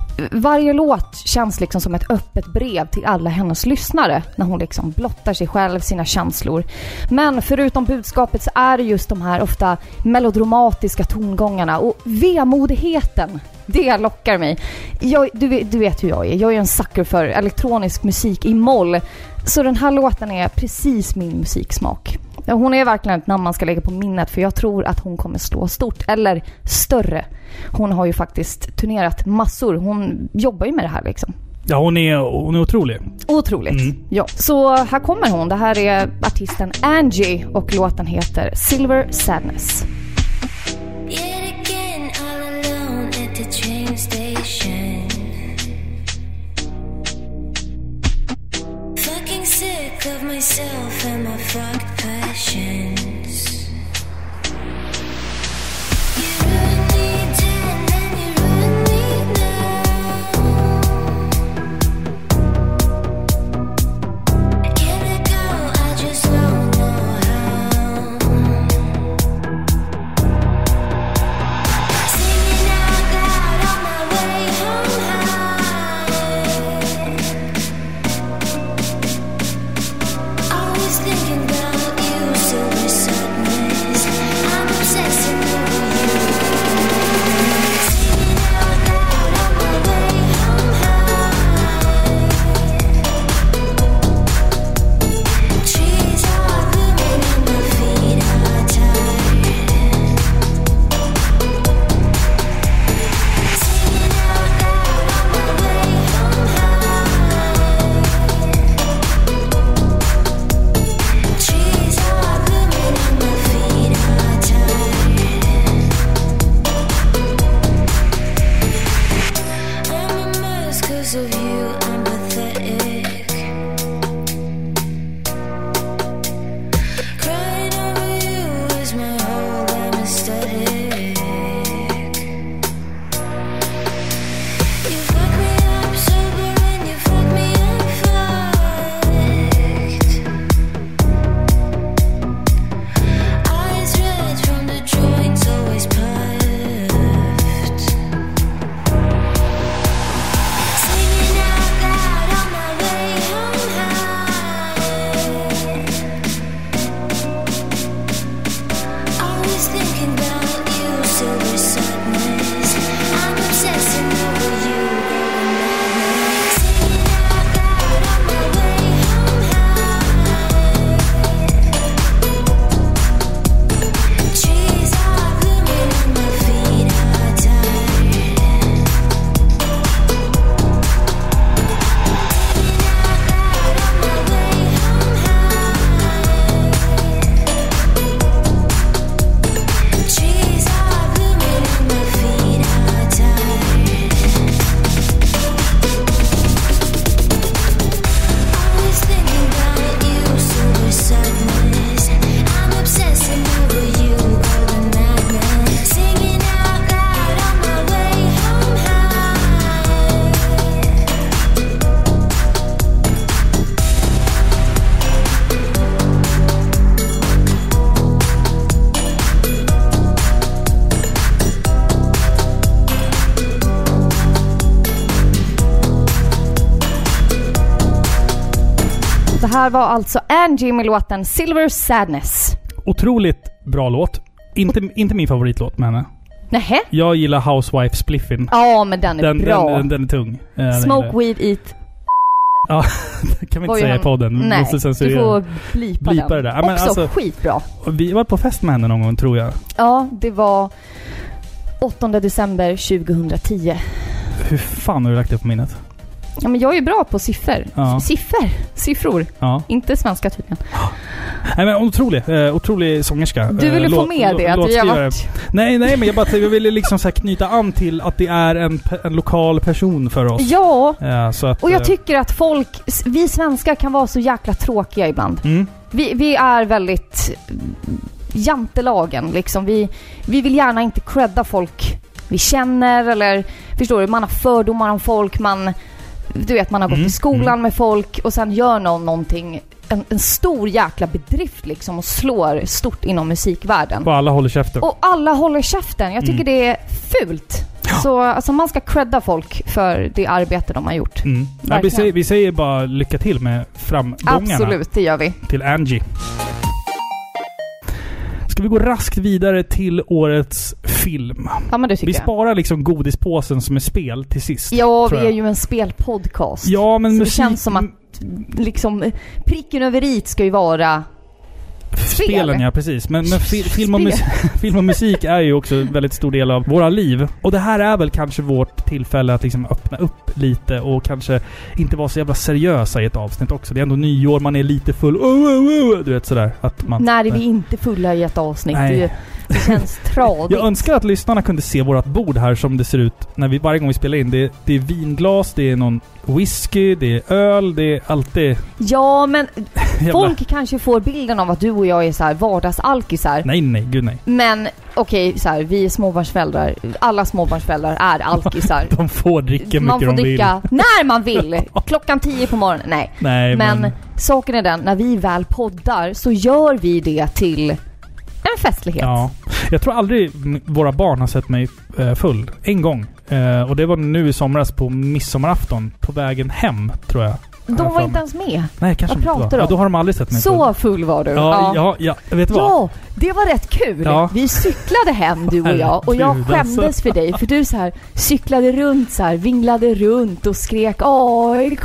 Varje låt känns liksom som ett öppet brev till alla hennes lyssnare när hon liksom blottar sig själv, sina känslor. Men förutom budskapet så är det just de här ofta melodramatiska tongångarna och vemodigheten. Det lockar mig. Du vet hur jag är. Jag är en sucker för elektronisk musik i moll. Så den här låten är precis min musiksmak. Hon är verkligen ett namn man ska lägga på minnet, för jag tror att hon kommer slå stort eller större. Hon har ju faktiskt turnerat massor. Hon jobbar ju med det här liksom. Ja, hon är otrolig. Otroligt. Ja. Så här kommer hon. Det här är artisten Angie och låten heter Silver Sadness. Of myself and my fucked passions. You ruined me then and you ruined me now. Can I go? I just don't know how. här var alltså Angie med låten Silver Sadness. Otroligt bra låt. Inte min favoritlåt med henne. Nähä? Jag gillar Housewife Spliffin. Ja, men den är bra. Den är tung. Smoke, weed, eat. Ja, det kan vi inte säga i podden. Nej, du får blipa det där. Men också alltså, skitbra. Vi var på fest med henne någon gång, tror jag. Ja, det var 8 december 2010. Hur fan har du lagt det på minnet? Ja, men jag är bra på siffror. Ja. Siffror. Ja. Inte svenska tydligen. Nej, men otrolig sångerska. Du ville få med det att vi har varit... Nej, men jag ville liksom så här knyta an till att det är en lokal person för oss. Ja. Så att, och jag tycker att vi svenskar kan vara så jäkla tråkiga ibland. Vi är väldigt jantelagen liksom. Vi vill gärna inte credda folk vi känner, eller förstår du, man har fördomar om folk, man har gått i skolan med folk och sen gör någonting, en stor jäkla bedrift liksom och slår stort inom musikvärlden. Och alla håller käften. Jag tycker det är fult. Ja. Så alltså, man ska credda folk för det arbete de har gjort. Ja, vi säger bara lycka till med framgångarna. Absolut, det gör vi. Till Angie. Ska vi gå raskt vidare till årets film? Ja, men det tycker vi sparar liksom godispåsen som är spel till sist. Ja, vi är ju en spelpodcast. Ja, men så det känns som att liksom pricken över it ska ju vara spelen, ja precis. Men film och musik är ju också en väldigt stor del av våra liv. Och det här är väl kanske vårt tillfälle att liksom öppna upp lite och kanske inte vara så jävla seriösa i ett avsnitt också. Det är ändå nyår, man är lite full. Du vet sådär. När är vi inte fulla i ett avsnitt? Nej. Det känns tradigt. Jag önskar att lyssnarna kunde se vårt bord här som det ser ut när varje gång vi spelar in. Det är vinglas, det är någon whisky, det är öl, det är alltid... Ja, men folk kanske får bilden av att du och jag är så här vardagsalkisar. Nej, gud nej. Men okej, så här, vi är småbarnsföräldrar. Alla småbarnsföräldrar är alkisar. De får dricka mycket man får de dricka vill. När man vill. 10:00 på morgonen. Nej, men saken är den, när vi väl poddar så gör vi det till en festlighet. Ja. Jag tror aldrig våra barn har sett mig full. En gång. Och det var nu i somras på midsommarafton. På vägen hem, tror jag. De var inte ens med. Nej, kanske inte var. Ja, då har de aldrig sett mig full. Så full var du. Ja, vet du vad? Ja, det var rätt kul. Ja. Vi cyklade hem, du och jag. Och jag skämdes för dig. För du så här cyklade runt så här, vinglade runt och skrek AIK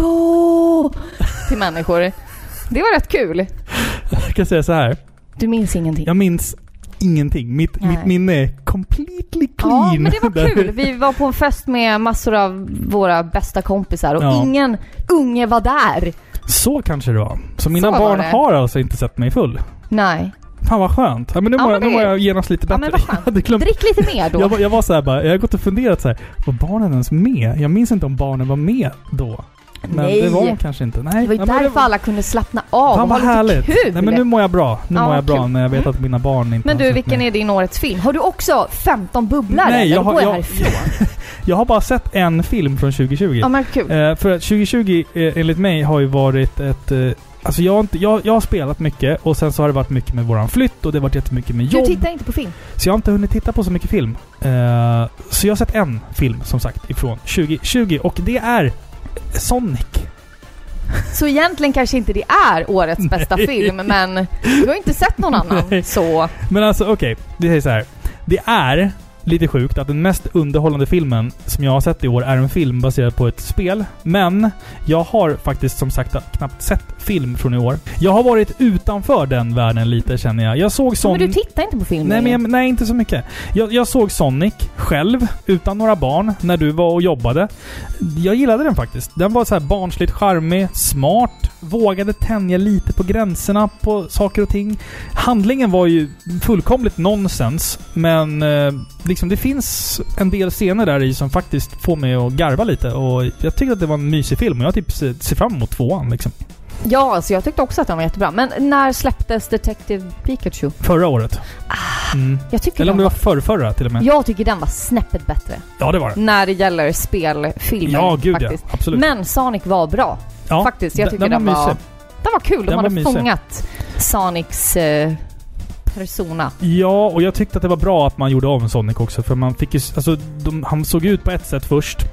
till människor. Det var rätt kul. Jag kan säga så här. Du minns ingenting. Jag minns ingenting. Mitt minne är completely clean. Ja, men det var kul. Vi var på en fest med massor av våra bästa kompisar och ingen unge var där. Så kanske det var. Så mina barn har alltså inte sett mig full. Nej. Fan vad skönt. Ja, men nu var jag genast lite bättre. Ja, men vad skönt. Drick lite mer då. Jag var så här bara, jag har gått och funderat så här, var barnen ens med? Jag minns inte om barnen var med då. Men det var de kanske inte. Nej. Det var ju därför alla kunde slappna av. Fan vad härligt. Kul. Nej, men nu mår jag bra. När jag vet att mina barn inte. Men du, vilken är din årets film? Har du också 15 bubblare? Nej, jag har bara sett en film från 2020. Ja, men kul. För att 2020 enligt mig har ju varit ett... Alltså jag har spelat mycket och sen så har det varit mycket med våran flytt och det har varit jättemycket med jobb. Du tittar inte på film? Så jag har inte hunnit titta på så mycket film. Så jag har sett en film som sagt ifrån 2020 och det är Sonic. Så egentligen kanske inte det är årets bästa film, men du har inte sett någon annan. Så. Men alltså okej, det är så här. Det är lite sjukt att den mest underhållande filmen som jag har sett i år är en film baserad på ett spel. Men jag har faktiskt som sagt knappt sett film från i år. Jag har varit utanför den världen lite, känner jag. Jag såg Sonic... Men du tittar inte på film? Nej, inte så mycket. Jag såg Sonic själv, utan några barn, när du var och jobbade. Jag gillade den faktiskt. Den var så här barnsligt charmig, smart, vågade tänja lite på gränserna på saker och ting. Handlingen var ju fullkomligt nonsens, men liksom det finns en del scener där i som faktiskt får mig att garva lite, och jag tyckte att det var en mysig film och jag typ ser fram emot 2:an liksom. Ja, alltså jag tyckte också att den var jättebra. Men när släpptes Detective Pikachu? Förra året. Jag tycker eller om det var förra till och med. Jag tycker den var snäppet bättre. Ja, det var det. När det gäller spelfilmer. Ja, gud faktiskt. Ja, absolut. Men Sonic var bra. Ja, faktiskt. Jag tycker den var kul. De hade fångat Sonics persona. Ja, och jag tyckte att det var bra att man gjorde om Sonic också, för man fick ju, alltså han såg ut på ett sätt först.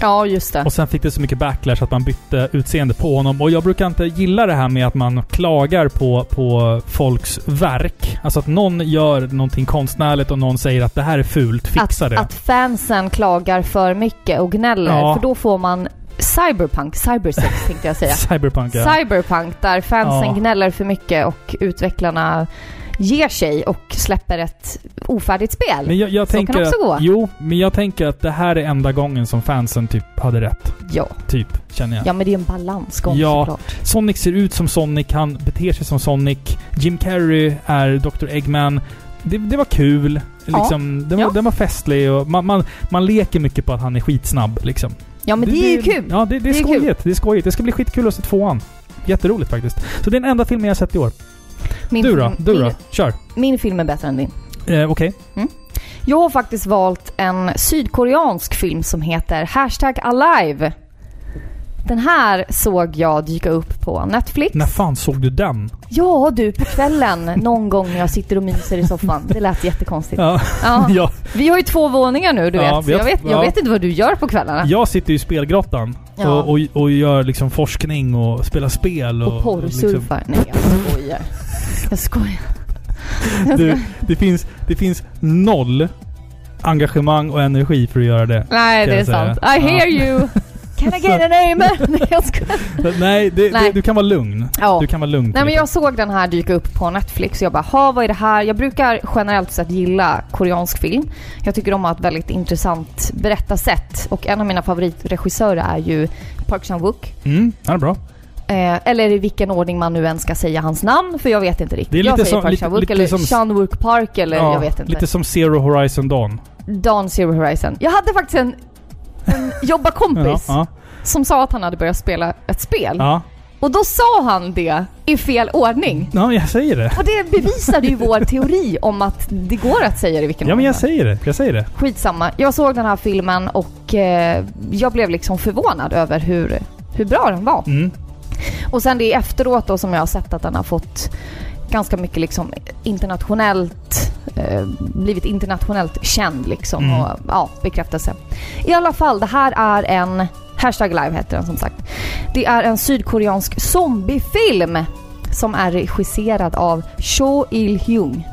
Ja, just det. Och sen fick det så mycket backlash att man bytte utseende på honom. Och jag brukar inte gilla det här med att man klagar på folks verk. Alltså att någon gör någonting konstnärligt och någon säger att det här är fult, fixa det. Att fansen klagar för mycket och gnäller. Ja. För då får man cybersex tänkte jag säga. Cyberpunk, ja. Cyberpunk, där fansen gnäller för mycket och utvecklarna ger sig och släpper ett ofärdigt spel. Men jag så tänker kan också gå. Jo, men jag tänker att det här är enda gången som fansen typ hade rätt. Ja. Typ, känner jag. Ja, men det är en balansgång såklart. Sonic ser ut som Sonic, han beter sig som Sonic. Jim Carrey är Dr. Eggman. Det var kul. Liksom, den var festlig och man leker mycket på att han är skitsnabb liksom. Ja, men det är ju kul. Ja, det är skojigt. Det är skojigt. Det ska bli skitkul att se 2:an. Jätteroligt faktiskt. Så det är den enda filmen jag har sett i år. Du då? Kör. Min film är bättre än din. Okej. Jag har faktiskt valt en sydkoreansk film som heter #Alive. Den här såg jag dyka upp på Netflix. När fan såg du den? Ja, du, på kvällen. Någon gång när jag sitter och myser i soffan. Det lät jättekonstigt. Ja. Vi har ju 2 våningar nu, du vet. Jag vet inte vad du gör på kvällarna. Jag sitter ju i spelgrottan och gör liksom forskning och spelar spel. Och porrsurfar. Liksom. Nej, jag skojar. Det finns 0 engagemang och energi för att göra det. Nej, det är sant. I hear you. Can I get an amen? Nej, du kan vara lugn. Ja. Du kan vara lugn. Nej, men jag såg den här dyka upp på Netflix och jag bara, vad är det här? Jag brukar generellt sett gilla koreansk film. Jag tycker de har ett väldigt intressant berättarsätt. Och en av mina favoritregissörer är ju Park Chan-wook. Han är bra. Eller i vilken ordning man nu än ska säga hans namn, för jag vet inte riktigt. Det är jag säger Park Chan-wook eller Chan-wook Park eller jag vet inte. Lite som Zero Horizon Dawn. Dawn Zero Horizon. Jag hade faktiskt en jobbarkompis som sa att han hade börjat spela ett spel. Ja. Och då sa han det i fel ordning. Ja, jag säger det. Och det bevisade ju vår teori om att det går att säga det i vilken ordning. Ja, men jag säger det. Skitsamma. Jag såg den här filmen och jag blev liksom förvånad över hur bra den var. Och sen det är efteråt då som jag har sett att den har fått ganska mycket liksom internationellt blivit internationellt känd liksom och bekräftelse. I alla fall, det här är en #Live heter den som sagt. Det är en sydkoreansk zombiefilm som är regisserad av Cho Il-hyung.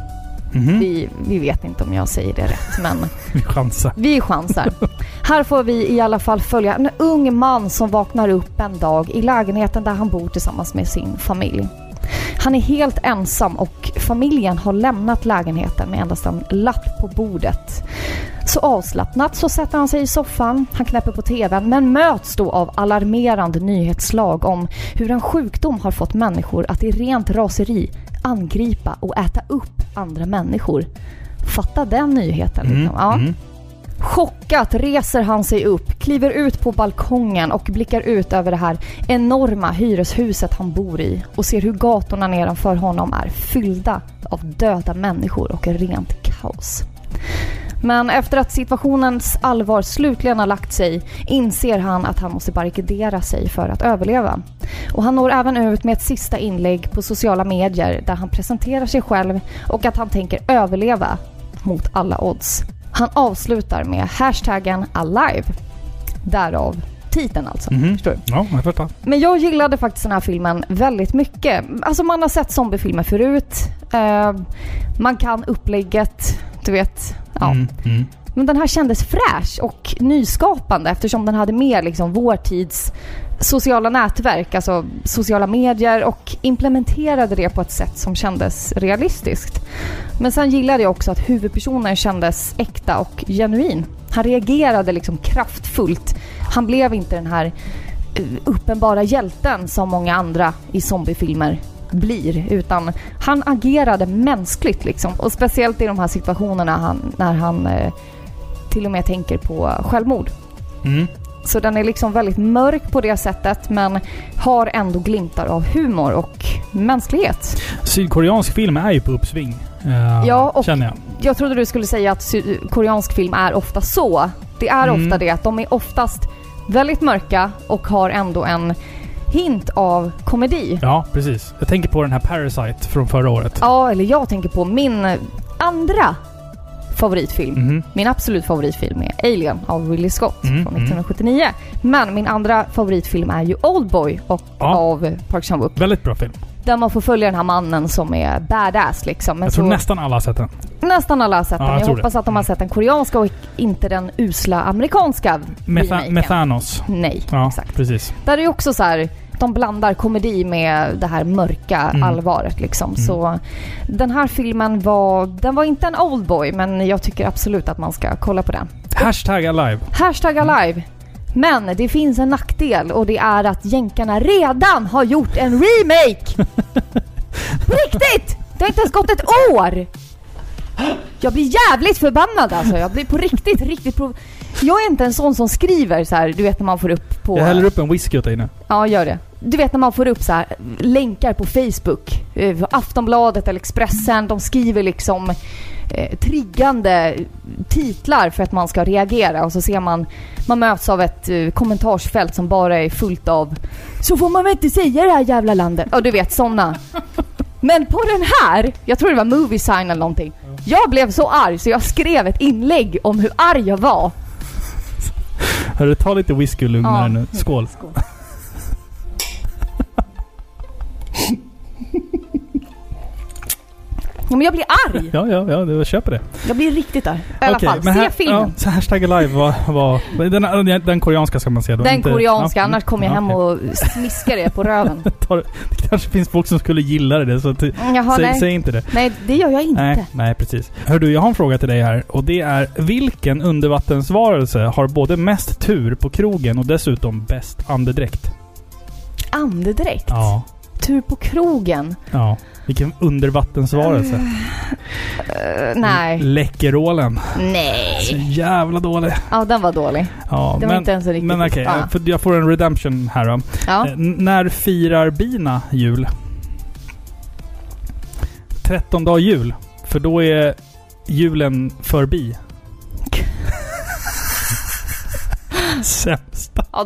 Vi vet inte om jag säger det rätt, men vi chansar. Här får vi i alla fall följa en ung man som vaknar upp en dag i lägenheten där han bor tillsammans med sin familj. Han är helt ensam och familjen har lämnat lägenheten med endast en lapp på bordet. Så avslappnat så sätter han sig i soffan, han knäpper på tvn men möts då av alarmerande nyhetslag om hur en sjukdom har fått människor att i rent raseri angripa och äta upp andra människor. Fatta den nyheten liksom. Chockat reser han sig upp, kliver ut på balkongen och blickar ut över det här enorma hyreshuset han bor i och ser hur gatorna nedanför honom är fyllda av döda människor och rent kaos. Men efter att situationens allvar slutligen har lagt sig inser han att han måste barrikadera sig för att överleva. Och han når även ut med ett sista inlägg på sociala medier där han presenterar sig själv och att han tänker överleva mot alla odds. Han avslutar med #Alive. Därav titeln alltså. Förstår du? Ja, jag fattar. Men jag gillade faktiskt den här filmen väldigt mycket. Alltså man har sett zombiefilmer förut. Man kan upplägget, du vet. Ja. Men den här kändes fräsch och nyskapande eftersom den hade mer liksom vår tids sociala nätverk, alltså sociala medier, och implementerade det på ett sätt som kändes realistiskt. Men sen gillade jag också att huvudpersonen kändes äkta och genuin. Han reagerade liksom kraftfullt. Han blev inte den här uppenbara hjälten som många andra i zombiefilmer blir, utan han agerade mänskligt liksom. Och speciellt i de här situationerna när han till och med tänker på självmord. Så den är liksom väldigt mörk på det sättet men har ändå glimtar av humor och mänsklighet. Sydkoreansk film är ju på uppsving. Ja, och känner jag trodde du skulle säga att koreansk film är ofta så. Det är ofta det att de är oftast väldigt mörka och har ändå en hint av komedi. Ja, precis. Jag tänker på den här Parasite från förra året. Ja, eller jag tänker på min andra favoritfilm. Min absolut favoritfilm är Alien av Ridley Scott från 1979. Men min andra favoritfilm är ju Oldboy av Park Chan-wook. Väldigt bra film. Där man får följa den här mannen som är badass liksom. Men jag tror nästan alla har sett den. Nästan alla har sett den. Jag hoppas att de har sett den koreanska och inte den usla amerikanska med Thanos. Nej, exakt. Precis. Där är ju också så här, de blandar komedi med det här mörka allvaret liksom. Så den här filmen var inte en Oldboy, men jag tycker absolut att man ska kolla på den. #alive. #alive. Men det finns en nackdel, och det är att jänkarna redan har gjort en remake. På riktigt! Det har inte ens gått ett år. Jag blir jävligt förbannad alltså. Jag blir på riktigt jag är inte en sån som skriver så här, du vet när man får upp på... Jag häller upp en whisky åt dig nu. Ja, gör det. Du vet när man får upp så här länkar på Facebook, Aftonbladet eller Expressen, de skriver liksom triggande titlar för att man ska reagera, och så ser man möts av ett kommentarsfält som bara är fullt av så får man väl inte säga det här jävla landet. Ja, du vet såna. Men på den här, jag tror det var Movie Sign eller någonting. Jag blev så arg så jag skrev ett inlägg om hur arg jag var. Hörru, ta lite whisky och lugna nu. Skål. Ja, men jag blir arg. Ja, du köper det. Jag blir riktigt arg. I alla fall, se filmen. Ja, så #alive var den koreanska ska man se då. Den koreanska, annars kommer jag hem och smiskar det på röven. Det kanske finns folk som skulle gilla det, så säg inte det. Nej, det gör jag inte. Nej, precis. Hör du, jag har en fråga till dig här, och det är: vilken undervattensvarelse har både mest tur på krogen och dessutom bäst andedräkt? Andedräkt? Ja. Tur på krogen? Ja. Vilken undervattensvarelse? Nej. Läckerålen. Nej. Så jävla dålig. Ja, den var dålig. Ja, det var inte ens riktigt. Men okej, för jag får en redemption här då. Ja. När firar bina jul? 13 dag jul. För då är julen förbi. Sämsta. Ja,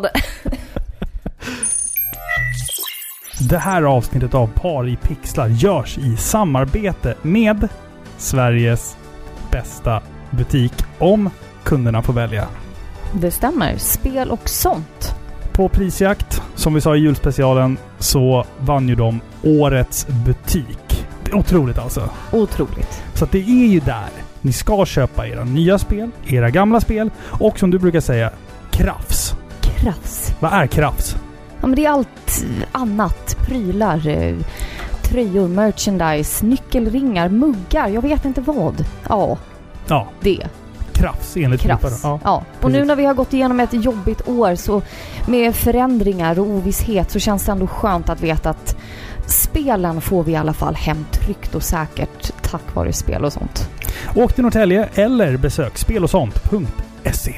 Det här avsnittet av Par i pixlar görs i samarbete med Sveriges bästa butik, om kunderna får välja. Det stämmer. Spel och sånt. På prisjakt, som vi sa i julspecialen, så vann ju de årets butik. Det är otroligt alltså. Otroligt. Så att det är ju där ni ska köpa era nya spel, era gamla spel och, som du brukar säga, krafs. Krafs. Vad är krafs? Ja, men det är allt annat. Prylar, tröjor, merchandise, nyckelringar, muggar. Jag vet inte vad. Ja. Det. Krafs enligt Krafs. Ja. Och nu när vi har gått igenom ett jobbigt år, så med förändringar och ovisshet, så känns det ändå skönt att veta att spelen får vi i alla fall hem tryggt och säkert tack vare spel och sånt. Åk till Norrtälje eller besök spelosont.se.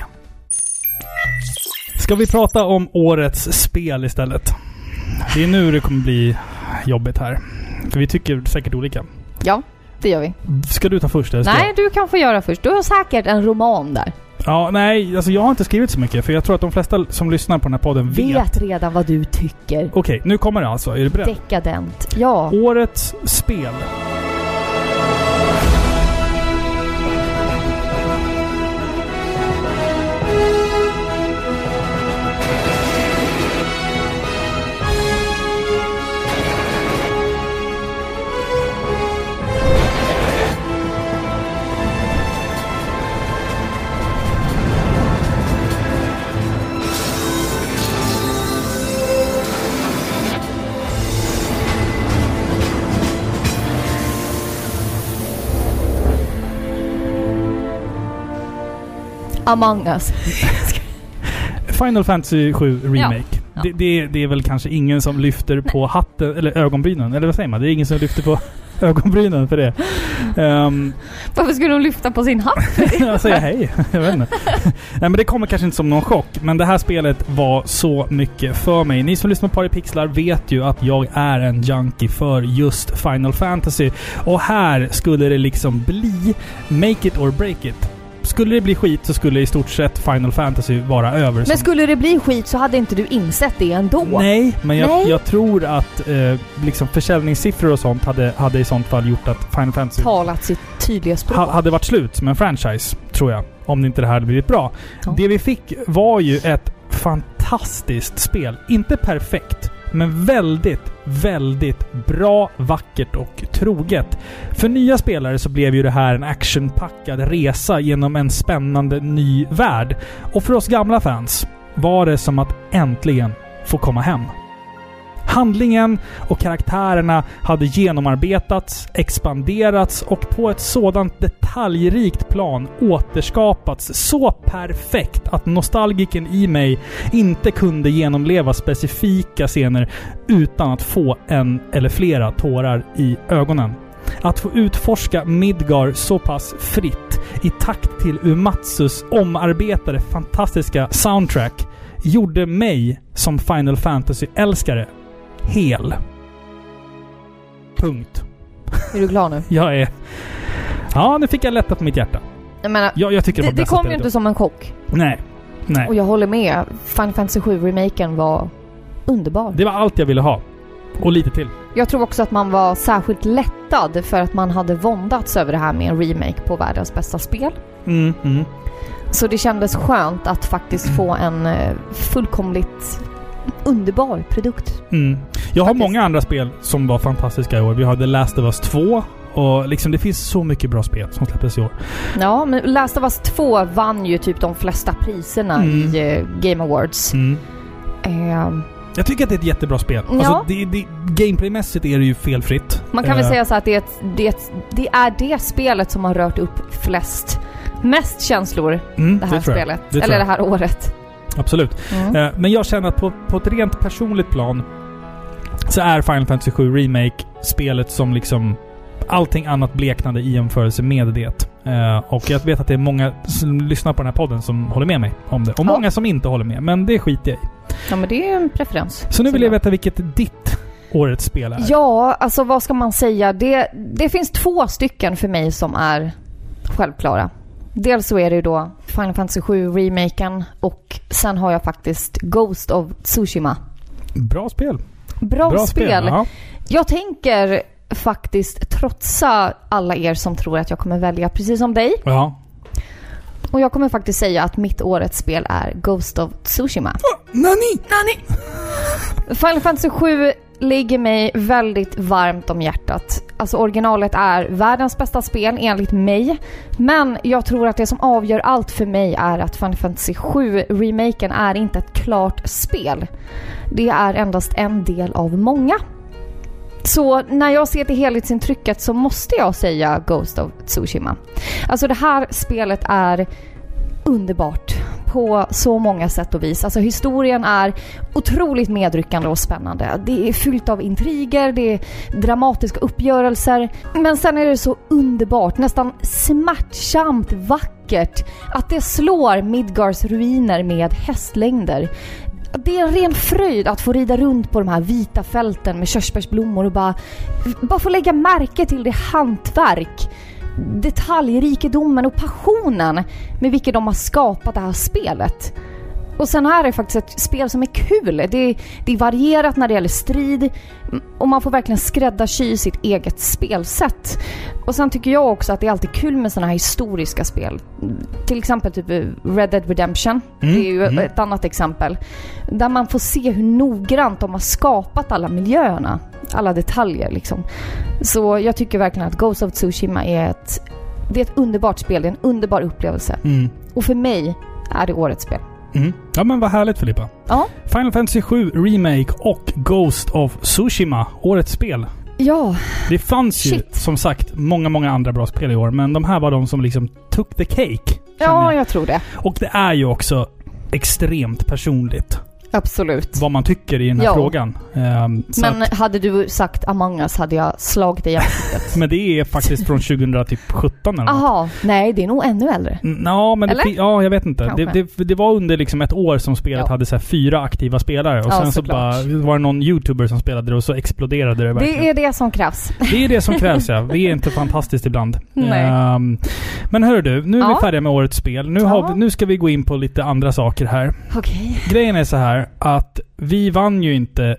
Ska vi prata om årets spel istället? Det är nu det kommer bli jobbigt här. För vi tycker säkert olika. Ja, det gör vi. Ska du ta först? Eller nej, du kan få göra först. Du har säkert en roman där. Ja, nej. Alltså jag har inte skrivit så mycket. För jag tror att de flesta som lyssnar på den här podden vet redan vad du tycker. Okej, nu kommer det alltså. Är du beredd? Dekadent, ja. Årets spel. Among Us. Final Fantasy 7 Remake. Ja. Det är väl kanske ingen som lyfter på hatten eller ögonbrynen. Eller vad säger man? Det är ingen som lyfter på ögonbrynen för det. Varför skulle de lyfta på sin hatt? Jag säger hej. Jag vet inte. Nej, men det kommer kanske inte som någon chock. Men det här spelet var så mycket för mig. Ni som lyssnar på Par i pixlar vet ju att jag är en junkie för just Final Fantasy. Och här skulle det liksom bli make it or break it. skulle det bli skit så skulle i stort sett Final Fantasy vara över. Men skulle det bli skit så hade inte du insett det ändå? Nej, men jag tror att liksom försäljningssiffror och sånt hade i sånt fall gjort att Final Fantasy talat sitt tydliga språk. Hade varit slut som en franchise, tror jag. Om inte det här hade blivit bra. Ja. Det vi fick var ju ett fantastiskt spel. Inte perfekt, men väldigt, väldigt bra, vackert och troget. För nya spelare så blev ju det här en actionpackad resa genom en spännande ny värld. Och för oss gamla fans var det som att äntligen få komma hem. Handlingen och karaktärerna hade genomarbetats, expanderats och på ett sådant detaljrikt plan återskapats så perfekt att nostalgiken i mig inte kunde genomleva specifika scener utan att få en eller flera tårar i ögonen. Att få utforska Midgar så pass fritt i takt till Uematsus omarbetade fantastiska soundtrack gjorde mig som Final Fantasy-älskare hel. Punkt. Är du glad nu? Jag är... Ja, nu fick jag lätta på mitt hjärta. Jag menar, jag tycker det kom ju inte som en chock. Nej. Och jag håller med. Final Fantasy 7-remaken var underbar. Det var allt jag ville ha. Och lite till. Jag tror också att man var särskilt lättad för att man hade våndats över det här med en remake på världens bästa spel. Så det kändes skönt att faktiskt få en fullkomligt underbar produkt. Jag har många andra spel som var fantastiska i år. Vi har The Last of Us 2 och liksom det finns så mycket bra spel som släpptes i år. Ja, men Last of Us 2 vann ju typ de flesta priserna i Game Awards. Jag tycker att det är ett jättebra spel. Ja. Alltså, gameplaymässigt är det ju felfritt. Man kan väl säga så att det är det spelet som har rört upp mest känslor det här spelet. Eller det här året. Absolut. Men jag känner att på ett rent personligt plan så är Final Fantasy 7 Remake spelet som liksom allting annat bleknade i jämförelse med det. Och jag vet att det är många som lyssnar på den här podden som håller med mig om det. Och många som inte håller med. Men det skiter jag i. Ja, men det är en preferens. Så nu vill jag veta vilket ditt årets spel är. Ja, alltså vad ska man säga? Det finns 2 stycken för mig som är självklara. Dels så är det ju då Final Fantasy 7 remaken och sen har jag faktiskt Ghost of Tsushima. Bra spel. Bra spel. Ja. Jag tänker faktiskt trotsa alla er som tror att jag kommer välja precis som dig. Ja. Och jag kommer faktiskt säga att mitt årets spel är Ghost of Tsushima. Nani! Final Fantasy 7 ligger mig väldigt varmt om hjärtat. Alltså originalet är världens bästa spel enligt mig. Men jag tror att det som avgör allt för mig är att Final Fantasy 7-remaken är inte ett klart spel. Det är endast en del av många. Så när jag ser till helhetsintrycket så måste jag säga Ghost of Tsushima. Alltså det här spelet är underbart på så många sätt och vis. Alltså historien är otroligt medryckande och spännande. Det är fyllt av intriger, det är dramatiska uppgörelser. Men sen är det så underbart, nästan smärtsamt vackert att det slår Midgars ruiner med hästlängder. Det är en ren fröjd att få rida runt på de här vita fälten med körsbärsblommor och bara få lägga märke till det hantverk, detaljrikedomen och passionen med vilket de har skapat det här spelet. Och sen här är det faktiskt ett spel som är kul. Det är varierat när det gäller strid och man får verkligen skräddarsy sitt eget spelsätt. Och sen tycker jag också att det är alltid kul med såna här historiska spel. Till exempel typ Red Dead Redemption. Det är ju ett annat exempel. Där man får se hur noggrant de har skapat alla miljöerna. Alla detaljer liksom. Så jag tycker verkligen att Ghost of Tsushima är ett underbart spel. Det är en underbar upplevelse. Och för mig är det årets spel. Ja, men vad härligt, Filippa. Ja. Final Fantasy 7 Remake och Ghost of Tsushima, årets spel. Ja. Det fanns ju som sagt många andra bra spel i år, men de här var de som liksom took the cake. Ja, jag tror det. Och det är ju också extremt personligt. Absolut. vad man tycker i den här frågan. Men hade du sagt Among Us hade jag slagit dig i ansiktet. Men det är faktiskt från 2017 eller något. Aha, nej det är nog ännu äldre. Ja, men ja, jag vet inte. Det var under liksom ett år som spelet hade så här 4 aktiva spelare och sen så bara var det någon YouTuber som spelade det och så exploderade det verkligen. Det är det som krävs. Det är det som krävs, ja. Vi är inte fantastiskt ibland. Nej. Men hör du, nu är vi färdiga med årets spel. Nu ska vi gå in på lite andra saker här. Okej. Grejen är så här att vi vann ju inte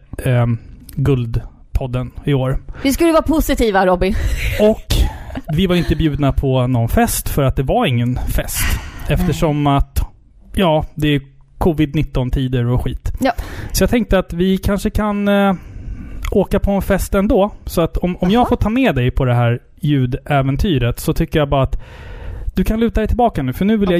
Guldpodden i år. Vi skulle vara positiva, Robin. Och vi var inte bjudna på någon fest för att det var ingen fest. Eftersom att det är covid-19-tider och skit. Ja. Så jag tänkte att vi kanske kan åka på en fest ändå. Så att om jag får ta med dig på det här ljudäventyret så tycker jag bara att du kan luta dig tillbaka nu. För nu vill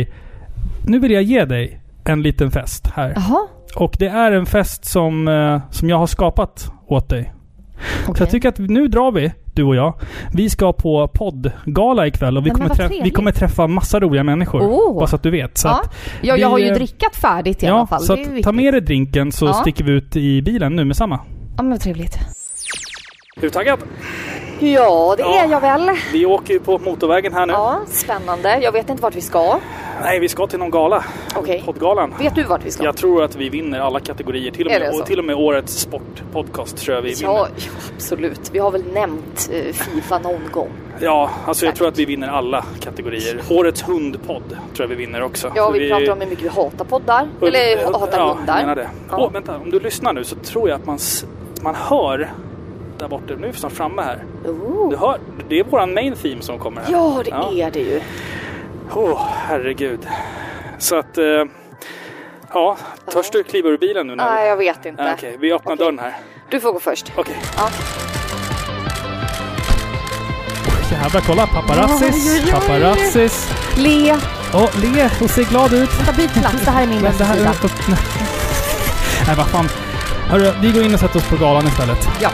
jag ge dig en liten fest här. Aha. Och det är en fest som jag har skapat åt dig. Okay. Så jag tycker att nu drar vi, du och jag. Vi ska på poddgala ikväll och vi kommer träffa massa roliga människor. Bara så att du vet. Så att jag har ju drickat färdigt i alla fall. Så att ta med dig drinken så sticker vi ut i bilen nu med samma. Ja, men trevligt. Är du taggad? Ja, det är jag väl. Vi åker ju på motorvägen här nu. Ja, spännande. Jag vet inte vart vi ska. Nej, vi ska till någon gala. Okej. Poddgalan. Vet du vart vi ska? Jag tror att vi vinner alla kategorier. Till och med årets sportpodcast tror jag vi vinner. Ja, absolut. Vi har väl nämnt FIFA någon gång. Ja, alltså jag tror att vi vinner alla kategorier. Årets hundpodd tror jag vi vinner också. Ja, vi pratar om hur mycket vi hatar poddar. Eller hatar hundar. Jag menar det. Ja. Vänta, om du lyssnar nu så tror jag att man hör där borta. Nu är vi snart framme här. Du hör, det är våran main theme som kommer här. Ja, det är det ju. Herregud. Så att törs du kliva ur bilen nu? Nej, jag vet inte. Okej, vi öppnar dörren här. Du får gå först. Okej. Ja. Jävlar, kolla. Paparazzis. Le. Le och se glad ut. Vänta, byt plats. Det här är min bästa sida. Nej, vad fan. Hörru, vi går in och sätter oss på galan istället. Ja.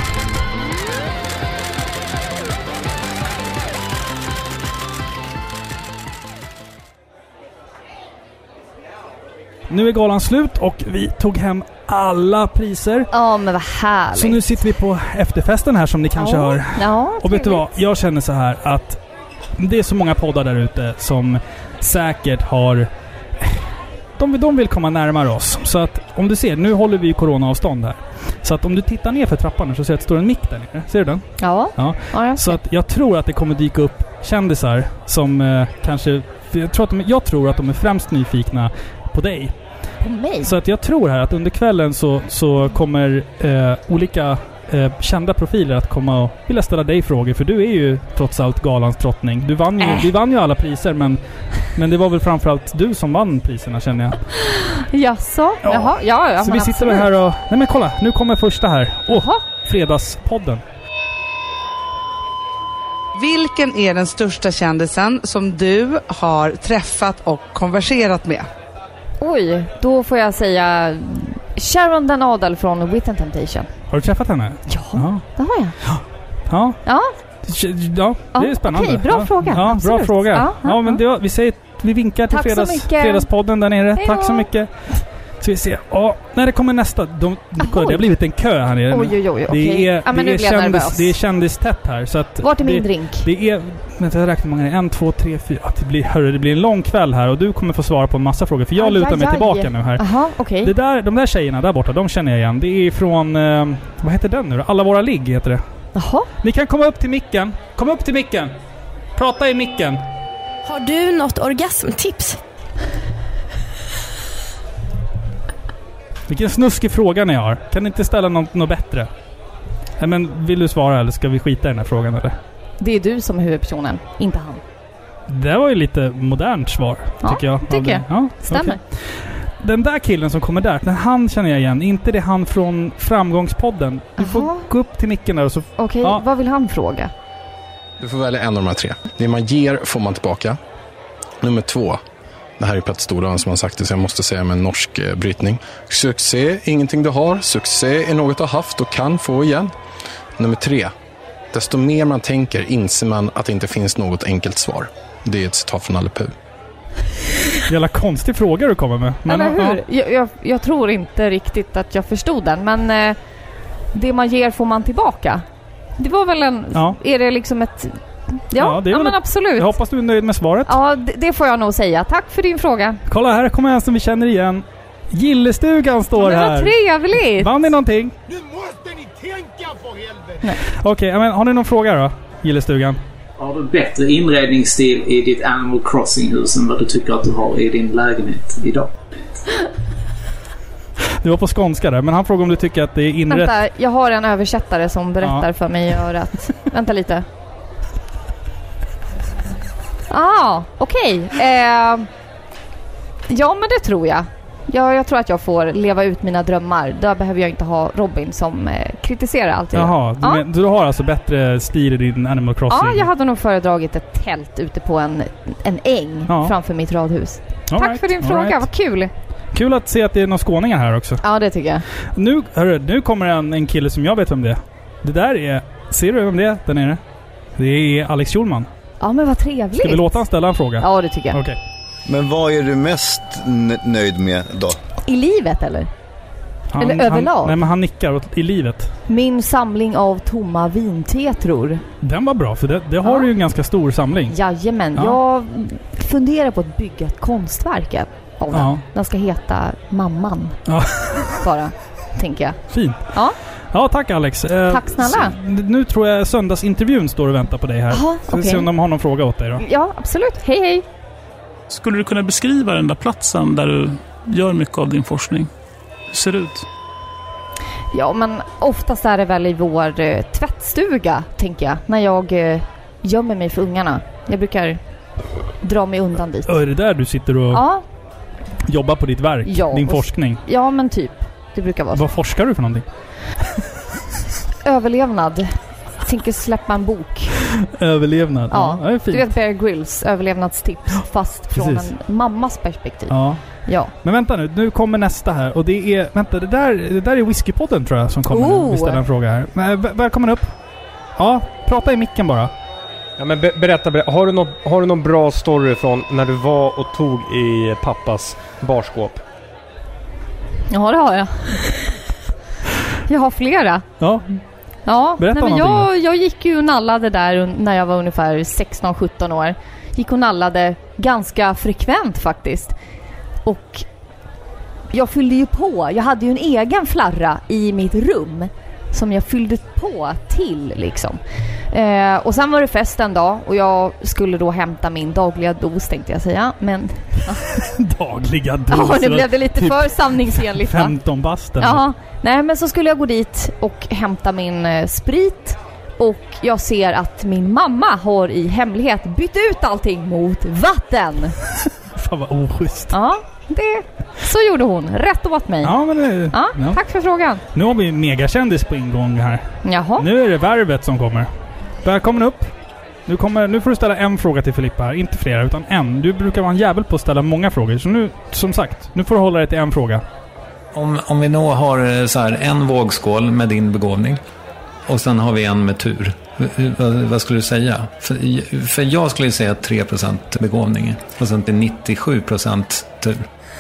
Nu är galan slut och vi tog hem alla priser. Ja, men vad härligt. Så nu sitter vi på efterfesten här som ni kanske hör. Ja, och vet du vad? Jag känner så här att det är så många poddar där ute som säkert har... De vill komma närmare oss. Så att om du ser, nu håller vi coronaavstånd här. Så att om du tittar ner för trappan så ser du att det står en mick där nere. Ser du den? Ja. Så att jag tror att det kommer dyka upp kändisar som kanske... Jag tror att de är främst nyfikna på dig. På mig? Så att jag tror här att under kvällen så kommer olika kända profiler att komma och vilja ställa dig frågor. För du är ju trots allt galans drottning. Vi vann ju alla priser men det var väl framförallt du som vann priserna, känner jag. Jaså? Jaha, ja. Så vi sitter absolut här och... Nej men kolla, nu kommer första här. Fredagspodden. Vilken är den största kändisen som du har träffat och konverserat med? Oj, då får jag säga Sharon Dan Adel från Wit and Temptation. Har du träffat henne? Ja, det har jag. Ja, det är spännande. Okej, bra fråga. Ja, absolut. Bra fråga. Ja, men vi vinkar till fredagspodden där nere. Tack så mycket. Så vi ser. När det kommer nästa. Det har blivit en kö här nere. Oj. Det är kändistätt här. Så att vart är min drink? Det är... Vänta, jag räknar många. 1, 2, 3, 4. Det blir en lång kväll här. Och du kommer få svara på en massa frågor. För jag lutar mig tillbaka nu här. Aha, okej. De där tjejerna där borta, de känner jag igen. Det är från... vad heter den nu då? Alla våra ligg heter det. Jaha. Ni kan komma upp till micken. Kom upp till micken. Prata i micken. Har du något orgasmtips? Vilken snuskig fråga ni har. Kan ni inte ställa något bättre? Nej, men vill du svara eller ska vi skita i den här frågan eller? Det är du som är huvudpersonen, inte han. Det var ju lite modernt svar, tycker jag. Tycker jag. Ja, stämmer. Okay. Den där killen som kommer där, han känner jag igen. Inte det han från Framgångspodden. Du får gå upp till micken där och så... Okej, vad vill han fråga? Du får välja en av de här 3. Det man ger får man tillbaka. Nummer 2. Det här är Petter Stordalen som har sagt det, så jag måste säga med en norsk brytning. Succé är ingenting du har. Succé är något du har haft och kan få igen. Nummer 3. Desto mer man tänker inser man att det inte finns något enkelt svar. Det är ett citat från Nalle Puh. Jävla konstig fråga du kommer med. Men, eller hur? Jag tror inte riktigt att jag förstod den. Men det man ger får man tillbaka. Det var väl en... Ja. Är det liksom ett... Ja, det är men absolut. Jag hoppas du är nöjd med svaret. Ja, det får jag nog säga. Tack för din fråga. Kolla, här kommer en som vi känner igen. Gillestugan står här. Vad trevligt. Vann ni någonting? Nu måste ni tänka på helvete. Okej, men har ni någon fråga då? Gillestugan. Har du bättre inredningsstil i ditt Animal Crossing-hus än vad du tycker att du har i din lägenhet idag? Du var på skånska där, men han frågar om du tycker att det är inrätt... Vänta, jag har en översättare som berättar för mig i örat. Vänta lite. Okej. Ja, men det tror jag. Jag tror att jag får leva ut mina drömmar. Då behöver jag inte ha Robin som kritiserar allt. Jaha, du har alltså bättre stil i din Animal Crossing? Ja, jag hade nog föredragit ett tält ute på en äng framför mitt radhus. Tack för din fråga, vad kul! Kul att se att det är några skåningar här också. Ja, det tycker jag. Nu kommer en kille som jag vet vem det är. Det där är... Ser du vem det är där nere? Det är Alex Schulman. Ja, men vad trevligt. Ska vi låta han ställa en fråga? Ja, det tycker jag. Okej. Men vad är du mest nöjd med då? I livet, eller? Eller överlag? Nej, men han nickar i livet. Min samling av tomma vintetror. Den var bra, för det har du ju en ganska stor samling. Jajamän, jag funderar på att bygga ett konstverk av den. Den ska heta Mamman. Bara, tänker jag. Fint. Ja, tack Alex. Tack snälla. Nu tror jag söndagsintervjun står och väntar på dig här. Ska vi se om de har någon fråga åt dig då. Ja, absolut. Hej, hej. Skulle du kunna beskriva den där platsen där du gör mycket av din forskning? Hur ser det ut? Ja, men oftast är det väl i vår tvättstuga, tänker jag. När jag gömmer mig för ungarna. Jag brukar dra mig undan dit. Är det där du sitter och jobbar på ditt verk? Din forskning? Ja, men typ. Det brukar vara så. Vad forskar du för någonting? Överlevnad. Jag tänker släppa en bok. Överlevnad? Ja, det är fint. Du vet Bear Grylls överlevnadstips fast från en mammas perspektiv. Ja. Men vänta nu kommer nästa här. Och det är, vänta, det där är Whiskypodden tror jag som kommer nu. Vi ställer en fråga här. Men, välkommen upp. Ja, prata i micken bara. Ja, men berätta. Har du någon bra story från när du var och tog i pappas barskåp? Ja, det har jag. Jag har flera. Ja, men jag gick ju och nallade där när jag var ungefär 16-17 år. Gick och nallade ganska frekvent faktiskt. Och jag fyllde ju på. Jag hade ju en egen flarra i mitt rum som jag fyllde på till liksom. Och sen var det fest en dag och jag skulle då hämta min dagliga dos, tänkte jag säga. Men dagliga dos? Ja, nu blev det lite typ för samningsenligt. 15 basten. Ja, nej men så skulle jag gå dit och hämta min sprit. Och jag ser att min mamma har i hemlighet bytt ut allting mot vatten. Fan vad oschysst. Ja, så gjorde hon. Rätt åt mig. Ja, men tack för frågan. Nu har vi en megakändis på ingång här. Jaha. Nu är det värvet som kommer. Välkommen upp. Nu får du ställa en fråga till Filippa här. Inte flera, utan en. Du brukar vara en jävel på att ställa många frågor. Så nu, som sagt, nu får du hålla dig till en fråga. Om vi nog har så här en vågskål med din begåvning och sen har vi en med tur. Vad skulle du säga? För jag skulle säga 3% begåvning och sen till 97% tur.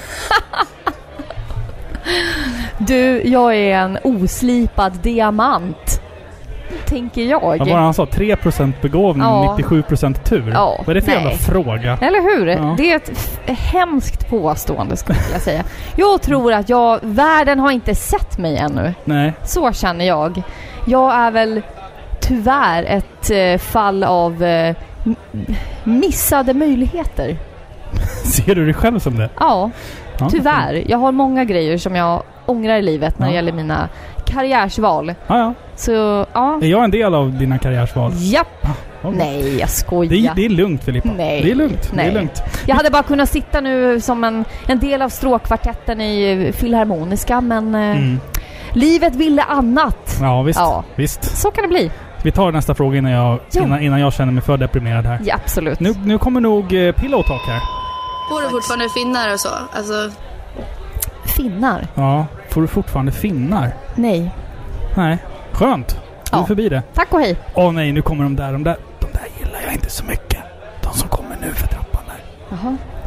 Du, jag är en oslipad diamant, tänker jag. Vad var han sa? 3% begåvning, 97% tur? Ja, vad är det för jävla fråga? Eller hur? Ja. Det är ett hemskt påstående, skulle jag säga. Jag tror att världen har inte sett mig ännu. Nej. Så känner jag. Jag är väl tyvärr ett fall av missade möjligheter. Ser du dig själv som det? Ja, tyvärr. Jag har många grejer som jag ångrar i livet när det gäller mina karriärsval. Ja. Så, ja. Är jag en del av dina karriärsval? Japp. Okay. Nej, jag skojar. Det är lugnt, Filippa. Nej. Det är lugnt. Nej. Det är lugnt. Jag hade bara kunnat sitta nu som en del av stråkkvartetten i Filharmoniska, men livet ville annat. Ja, visst. Så kan det bli. Vi tar nästa fråga innan jag känner mig för deprimerad här. Ja, absolut. Nu kommer nog Pillow Talk här. Får du fortfarande finnar och så? Alltså... Finnar? Ja, får du fortfarande finnar? Nej. Skönt. Du är förbi det. Tack och hej. Nej, nu kommer de där gillar jag inte så mycket. De som kommer nu för trappan där. Jaha.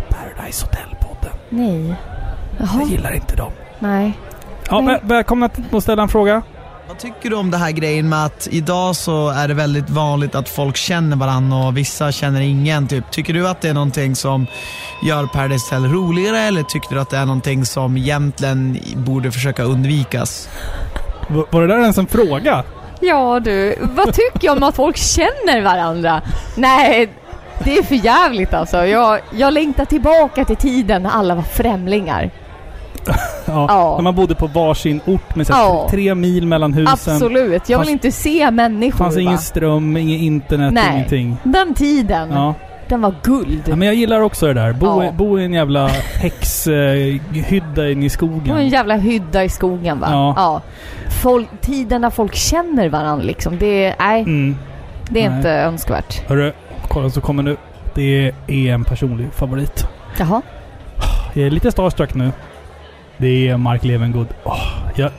Paradise Hotel-podden. Nej. Jaha. Jag gillar inte dem. Nej. Ja, välkomna att ställa en fråga. Vad tycker du om det här grejen med att idag så är det väldigt vanligt att folk känner varandra och vissa känner ingen typ? Tycker du att det är någonting som gör Paradise Hotel roligare eller tycker du att det är någonting som egentligen borde försöka undvikas? Var det där ens en fråga? Ja du, vad tycker jag om att folk känner varandra? Nej, det är för jävligt alltså. Jag längtar tillbaka till tiden när alla var främlingar. Ja. När man bodde på varsin ort med 3 mil mellan husen. Absolut, jag vill inte se människor. Det fanns ingen ström, ingen internet, ingenting. Den tiden, den var guld. Ja, men jag gillar också det där. Bo i en jävla häxhydda inne i skogen. En jävla hydda i skogen, va? Ja. Tiden när folk känner varandra liksom. Det är inte önskvärt. Hörru, kolla så kommer nu. Det är en personlig favorit. Jaha. Jag är lite starstruck nu. Det är Mark Levengood. Jag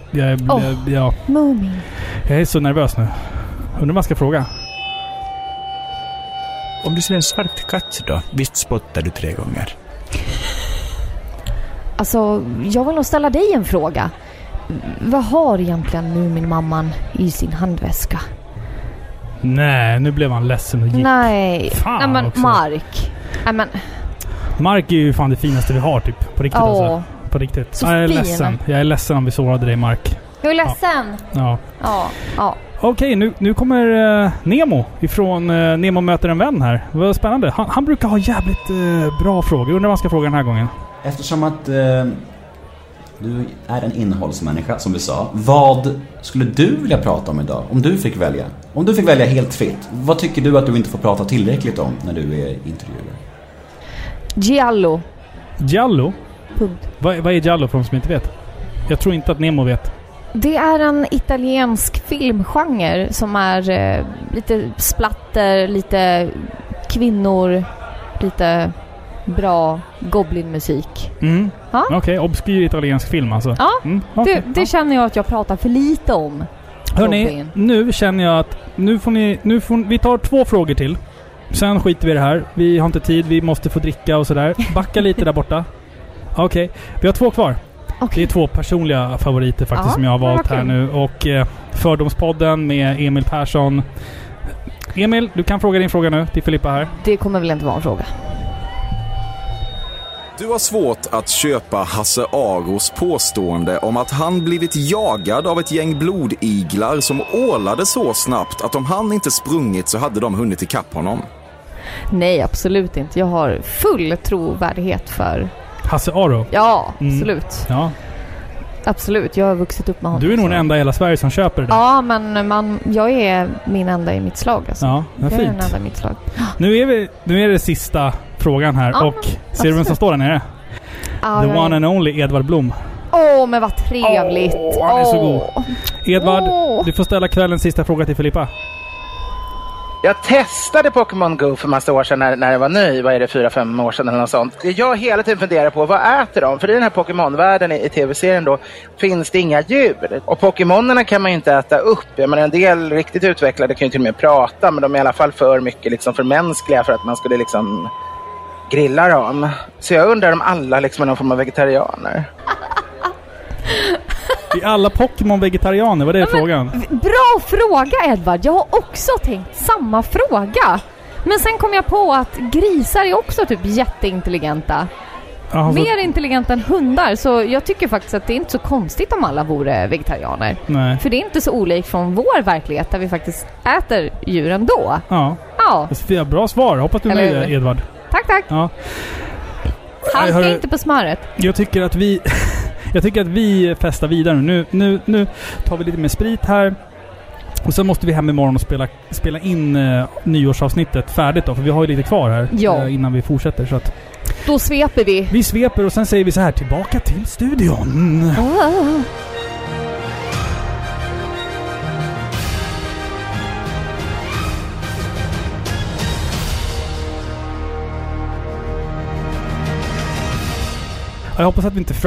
är så nervös nu. Undrar vad jag ska fråga. Om du ser en svart katt då, visst spottar du 3 gånger? Alltså, jag vill nog ställa dig en fråga. Vad har egentligen nu min mamman i sin handväska? Nej, nu blev han ledsen och gick. Nej, fan men också. Mark. Mark är ju fan det finaste vi har typ. På riktigt alltså. På riktigt. Så jag är fin. ledsen. Jag är ledsen om vi sårade dig, Mark. Jag är ledsen. Ja. Okej, nu kommer Nemo ifrån Nemo möter en vän här. Vad spännande. Han brukar ha jävligt bra frågor. Undrar vad man ska fråga den här gången. Eftersom att du är en innehållsmänniska, som vi sa. Vad skulle du vilja prata om idag? Om du fick välja. Om du fick välja helt fritt. Vad tycker du att du inte får prata tillräckligt om när du är intervjuer? Giallo. Giallo? Punkt. Vad är Giallo för de som inte vet? Jag tror inte att Nemo vet. Det är en italiensk filmgenre som är lite splatter, lite kvinnor, lite bra goblinmusik. Okej, obskyr italiensk film alltså. Ja, det känner jag att jag pratar för lite om. Hörrni, nu känner jag att vi tar 2 frågor till. Sen skiter vi det här. Vi har inte tid, vi måste få dricka och sådär. Backa lite där borta. Okej, vi har 2 kvar. Det är 2 personliga favoriter faktiskt som jag har valt här nu. Och Fördomspodden med Emil Persson. Emil, du kan fråga din fråga nu till Filippa här. Det kommer väl inte vara en fråga. Du har svårt att köpa Hasse Aros påstående om att han blivit jagad av ett gäng blodiglar som ålade så snabbt att om han inte sprungit så hade de hunnit ikapp honom. Nej, absolut inte. Jag har full trovärdighet för Hasse Aro? Ja, absolut. Ja. Absolut, jag har vuxit upp med honom. Du är nog den enda i hela Sverige som köper det där. Ja, men jag är min enda i mitt slag alltså. Ja, jag fint. är den enda i mitt slag. Nu är det sista frågan här och ser du vem som står där nere? The one and only Edvard Blom. Men vad trevligt. Han är så god. Edvard, du får ställa kvällens sista fråga till Filippa. Jag testade Pokémon Go för massa år sedan när det var ny. Vad är det, 4-5 år sedan eller något sånt. Jag hela tiden funderar på, vad äter de? För i den här Pokémon-världen i tv-serien då finns det inga djur. Och Pokémonerna kan man ju inte äta upp. Jag menar, en del riktigt utvecklade kan ju till och med prata, men de är i alla fall för mycket liksom för mänskliga för att man skulle liksom grilla dem. Så jag undrar om alla liksom är någon form av vegetarianer. Är alla Pokémon vegetarianer? Vad är det frågan? Bra fråga, Edvard. Jag har också tänkt samma fråga. Men sen kom jag på att grisar är också typ jätteintelligenta. Mer intelligenta än hundar. Så jag tycker faktiskt att det är inte så konstigt om alla vore vegetarianer. Nej. För det är inte så olikt från vår verklighet där vi faktiskt äter djur ändå. Ja. Bra svar. Hoppas du är nöjd, Edvard. Tack. Ja. Halka inte på smöret. Jag tycker att vi festar vidare nu tar vi lite mer sprit här. Och sen måste vi hem imorgon och spela in nyårsavsnittet färdigt då. För vi har ju lite kvar här innan vi fortsätter. Så att då sveper vi. Vi sveper och sen säger vi så här: tillbaka till studion. Jag hoppas att vi inte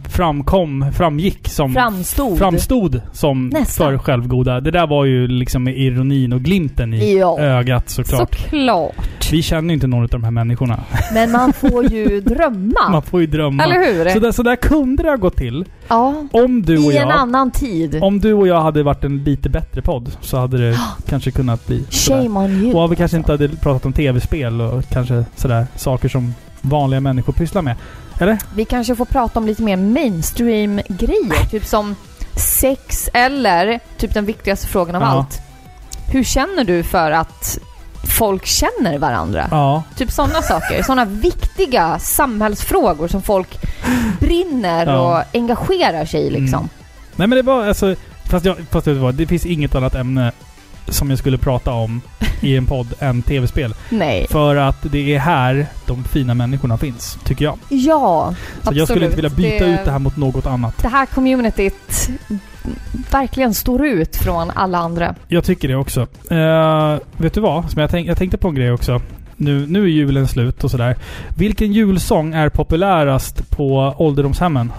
framstod som nästan för självgoda. Det där var ju liksom med ironin och glimten i ögat såklart. Vi känner ju inte någon av de här människorna. Men man får ju drömma. Man får ju drömma. Eller hur? Så där kunde det ha gått till. Ja. Om du och I en annan tid. Om du och jag hade varit en lite bättre podd så hade det kanske kunnat bli shame on you. Och vi kanske inte hade pratat om tv-spel och kanske sådär saker som vanliga människor pysslar med. Eller? Vi kanske får prata om lite mer mainstream-grejer. Typ som sex eller typ den viktigaste frågan av allt. Hur känner du för att folk känner varandra? Ja. Typ sådana saker. Sådana viktiga samhällsfrågor som folk brinner och engagerar sig i liksom. Nej men det var alltså fast det finns inget annat ämne som jag skulle prata om i en podd än tv-spel. Nej. För att det är här de fina människorna finns, tycker jag. Ja, så absolut. Jag skulle inte vilja byta ut det här mot något annat. Det här communityt verkligen står ut från alla andra. Jag tycker det också. Vet du vad? Som jag tänkte på en grej också. Nu är julen slut och sådär. Vilken julsång är populärast på ålderdomshemmen?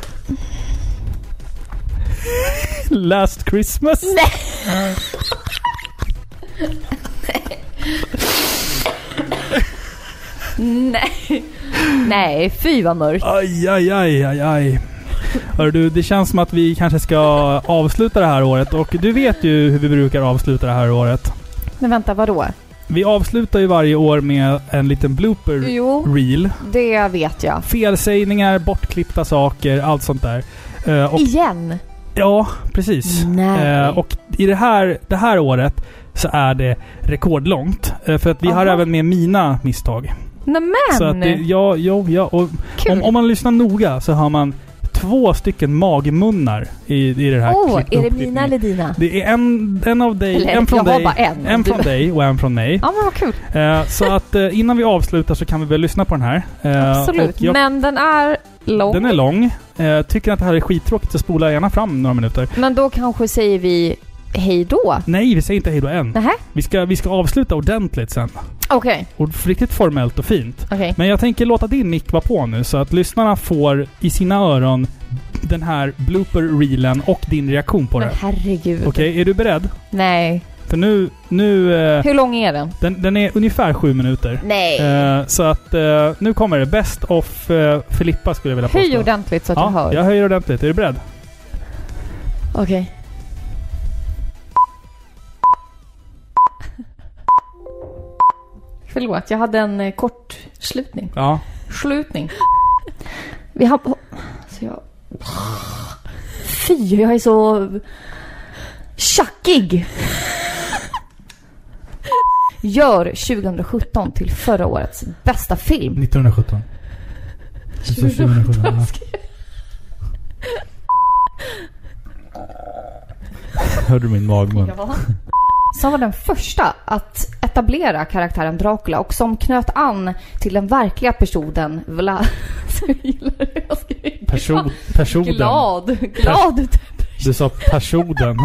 Last Christmas? Nej. Nej. Nej, fy vad mörkt. Aj. Hör du, det känns som att vi kanske ska avsluta det här året. Och du vet ju hur vi brukar avsluta det här året. Men vänta, vadå? Vi avslutar ju varje år med en liten blooper reel. Det vet jag. Felsägningar, bortklippta saker, allt sånt där. Igen? Ja, precis. Och i det här året så är det rekordlångt. För att vi har även med mina misstag. Nämen! Så att det, och om man lyssnar noga så har man 2 stycken magmunnar i det här är det mina eller dina? Det är en av dig, eller, en från dig, en från dig och en från mig. Ja, men vad kul. Så att innan vi avslutar så kan vi väl lyssna på den här. Absolut, men den är lång. Den är lång. Tycker att det här är skittråkigt så spola gärna fram några minuter. Men då kanske säger vi hej då? Nej, vi säger inte hej då än. Nähä? Vi ska avsluta ordentligt sen. Okej. Och riktigt formellt och fint. Okay. Men jag tänker låta din mick vara på nu så att lyssnarna får i sina öron den här blooper-reelen och din reaktion på det. Men herregud. Okej, är du beredd? Nej. För nu hur lång är den? Den är ungefär 7 minuter. Nej. Så att nu kommer det. Best of Filippa skulle jag vilja påstå. Höj ordentligt så att jag hör. Jag höjer ordentligt. Är du beredd? Okej. Förlåt, jag hade en kort slutning. Ja. Slutning. Vi har... Så jag... Fy, jag är så... tjackig. Gör 2017 till förra årets bästa film. 1917. 2017. Ja. Hörde du min magmun? Ja. Som var den första att etablera karaktären Dracula och som knöt an till den verkliga personen personen. Glad. Du sa personen.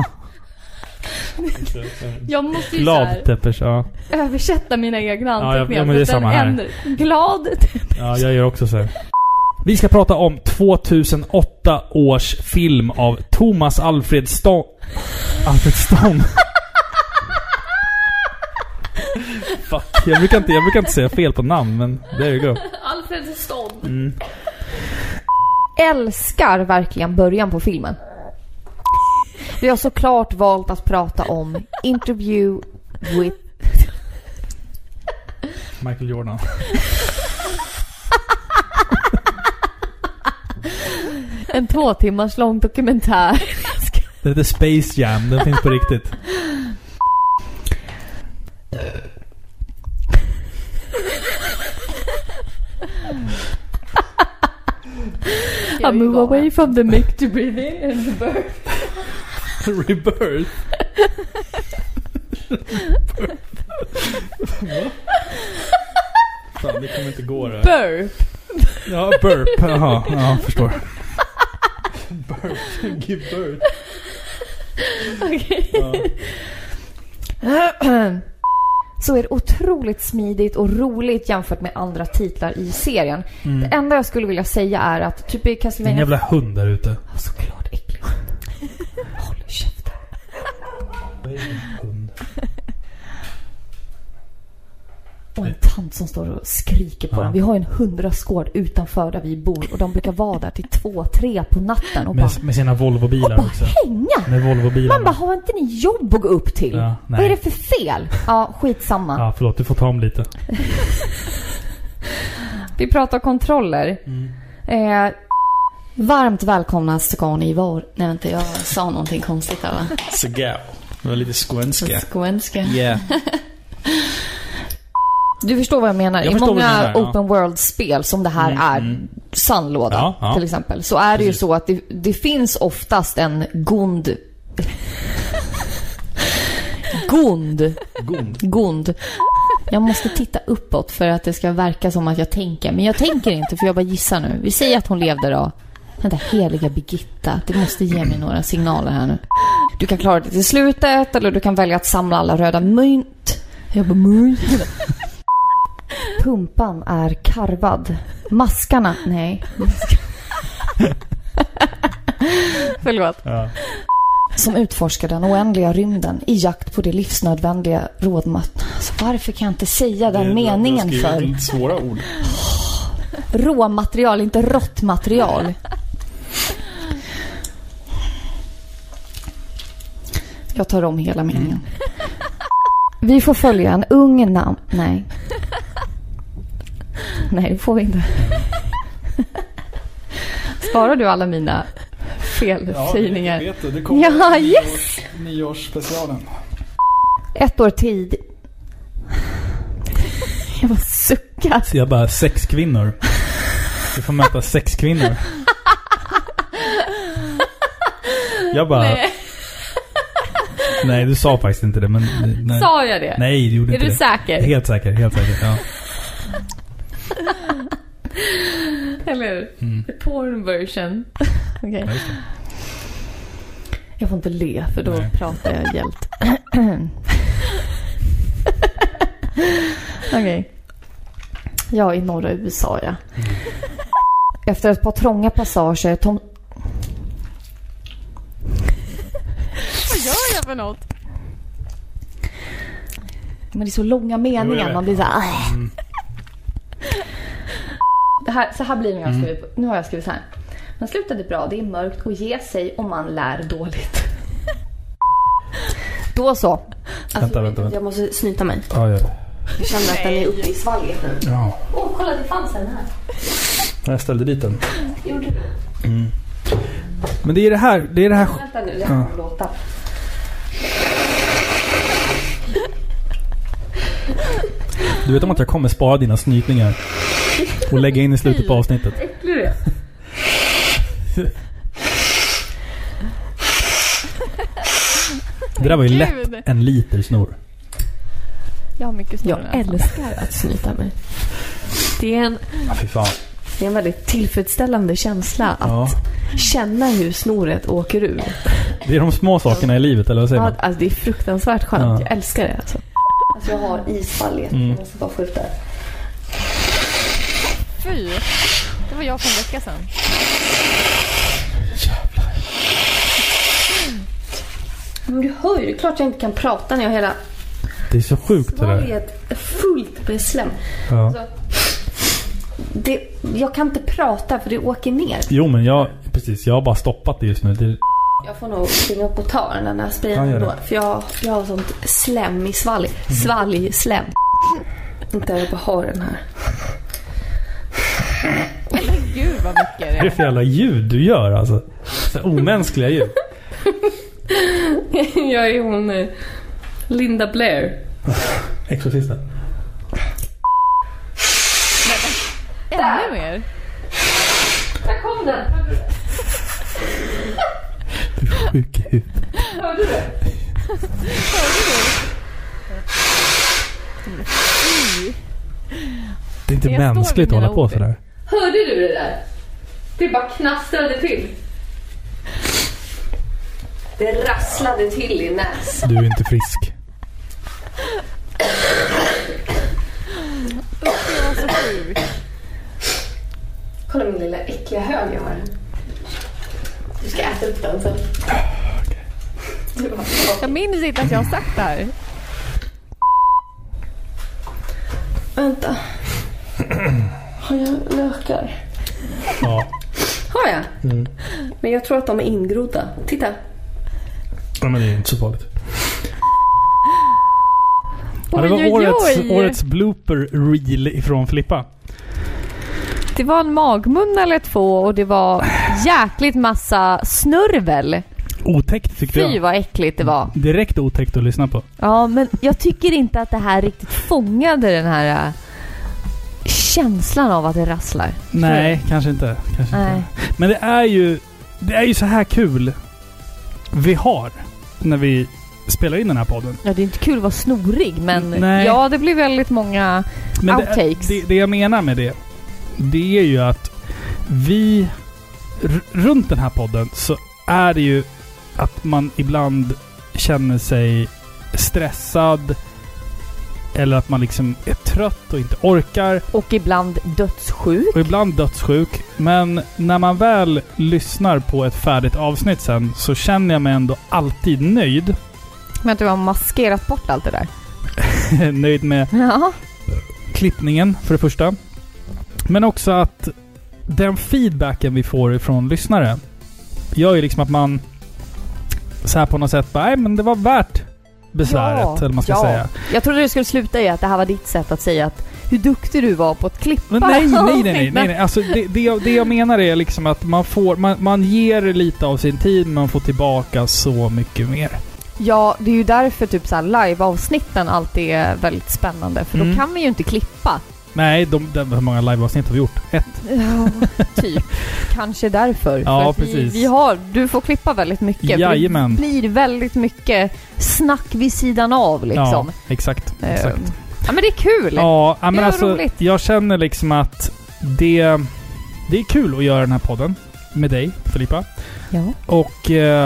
Jag måste ju glad ja. Översätta mina egna anteckningar. Ja, men det är samma här. Glad. Ja, jag gör också så. Vi ska prata om 2008 års film av Thomas Alfred Stone. Fuck, jag brukar inte säga fel på namn, men there you go. Alfred Stone. Älskar verkligen början på filmen. Vi har såklart valt att prata om Interview with Michael Jordan. En 2 timmars lång dokumentär. Det heter Space Jam, den finns på riktigt. I move away from the mic to breathe in and the birth. Rebirth? Fan, det kommer inte gå det. Burp. Ja, burp. Jaha, ja, förstår. Burp. Give birth. Okej. så är det otroligt smidigt och roligt jämfört med andra titlar i serien. Det enda jag skulle vilja säga är att typ i Castlevania... En jävla hund där ute. Såklart äcklig. Håll käften. Vad är det en hund? Och en tant som står och skriker på den. Vi har en 100-gård utanför där vi bor. Och de brukar vara där till 2-3 på natten. Och med sina Volvo-bilar och också. hänga. Med Volvo-bilar. Man bara, har inte ni jobb att gå upp till? Ja, vad är det för fel? Ja, skitsamma. Ja, förlåt. Du får ta om lite. Vi pratar kontroller. Varmt välkomna ska ni vara. Nej, inte jag sa någonting konstigt eller? Så det var lite skånska. Skånska. Yeah. Du förstår vad jag menar. I många open world-spel som det här är sandlåda till exempel, så är det ju så att det finns oftast en gund. Jag måste titta uppåt för att det ska verka som att jag tänker. Men jag tänker inte, för jag bara gissar nu. Vi säger att hon levde då. Den där heliga Birgitta. Det måste ge mig några signaler här nu. Du kan klara det till slutet, eller du kan välja att samla alla röda mynt. Jag bara mynt. Pumpan är karvad. Maskarna, nej. Förlåt. Ja. Som utforskar den oändliga rymden i jakt på det livsnödvändiga rådmatt. Alltså, varför kan jag inte säga den meningen för? Det är svåra ord. Råmaterial, inte rått material. Jag tar om hela meningen. Vi får följa en ung namn. Nej. Nej, det får vi inte. Sparar du alla mina felsägningar? Ja, vet du. Det kommer yes! nyårsspecialen. 1 år tid. Jag bara suckar. Så jag bara 6 kvinnor. Du får möta 6 kvinnor. Jag bara... Nej, du sa faktiskt inte det. Men, nej. Sa jag det? Nej, du gjorde är inte det. Är du säker? Helt säker, ja. Eller the porn version. Okej. Okay. Jag får inte le, för då pratar jag hjält. Okej. Ja, i norra USA, ja. Efter ett par trånga passager Vad gör jag för något? Men det är så långa meningar. Man blir så här... Så här blir det när jag skriver. Nu har jag skrivit så här. Man slutade bra, det är mörkt och ge sig om man lär dåligt. Då så. Alltså, vänta. Jag måste snyta mig. Ja. Jag känner att den är uppe i svalget nu. Ja. Kolla, det fanns den här. Jag ställde dit den. Gjorde du? Men det är det här. Vänta nu, jag kan låta. Du vet om att jag kommer spara dina snytningar och lägga in i slutet på avsnittet. Äcklig det. Det där var ju lätt en liter snor. Jag har mycket snor. Jag älskar att snyta mig. Det är fy fan. Det är en väldigt tillfredsställande känsla att känna hur snoret åker ur. Det är de små sakerna i livet, eller vad säger man? Alltså det är fruktansvärt skönt. Ja. Jag älskar det alltså. Alltså jag har isfallet. Jag måste bara få ut det. Fy. Det var jag för en vecka sedan. Jävlar. Men du hör ju, det är klart jag inte kan prata när jag hela... Det är så sjukt det där. Svalget är fullt med slem. Ja. Alltså, jag kan inte prata för det åker ner. Jo, men jag har bara stoppat det just nu. Jag får nog springa upp och ta den där sprayen då. För jag har sånt slem i svalg. Svalgslem. Inte jag bara har den här. Men gud vad mycket det är. Vad är det för jävla ljud du gör alltså? Så omänskliga ljud. Jag är hon Linda Blair. Exorcisten. Ännu mer. Där kom den. Du är sjuk i huvudet. Hörde du det? Det är inte mänskligt att hålla på sådär. Hörde du det där? Det bara knastrade till. Det rasslade till i näs. Du är inte frisk. Det var så sjukt. Kolla min lilla äckliga hög jag har. Du ska äta upp den sen. Jag minns inte att jag har sagt det här. Vänta. Har jag lökar? Ja. Har jag? Mm. Men jag tror att de är ingrodda. Titta. Ja, men det är inte så farligt. Ja, det var årets blooper reel ifrån Filippa. Det var en magmun eller två och det var jäkligt massa snörvel. Otäckt tyckte jag. Fy vad äckligt det var. Direkt otäckt att lyssna på. Ja, men jag tycker inte att det här riktigt fångade den här känslan av att det rasslar. Nej, kanske inte. Inte. Men det är ju så här kul vi har när vi spelar in den här podden. Ja, det är inte kul att vara snorig, men nej. Ja, det blir väldigt många outtakes. Det jag menar med det är ju att vi runt den här podden så är det ju att man ibland känner sig stressad eller att man liksom är trött och inte orkar. Och ibland dödssjuk. Men när man väl lyssnar på ett färdigt avsnitt sen så känner jag mig ändå alltid nöjd. Men att du har maskerat bort allt det där. Nöjd med klippningen för det första. Men också att den feedbacken vi får ifrån lyssnare gör ju liksom att man så här på något sätt bara, nej men det var värt besväret, eller man ska säga. Jag trodde du skulle sluta i att det här var ditt sätt att säga att hur duktig du var på att klippa. Men nej. Alltså det jag menar är liksom att man ger lite av sin tid, men man får tillbaka så mycket mer. Ja, det är ju därför typ så här live-avsnitten alltid är väldigt spännande. För då kan vi ju inte klippa. Nej, hur många live-avsnitt har vi gjort? 1. Ja, typ. Kanske därför. Ja, för precis. Du får klippa väldigt mycket. Jajamän. Det blir väldigt mycket snack vid sidan av liksom. Ja, exakt. Ja, men det är kul. Ja, men det är alltså roligt. jag känner liksom att det är kul att göra den här podden med dig, Filippa. Ja. Och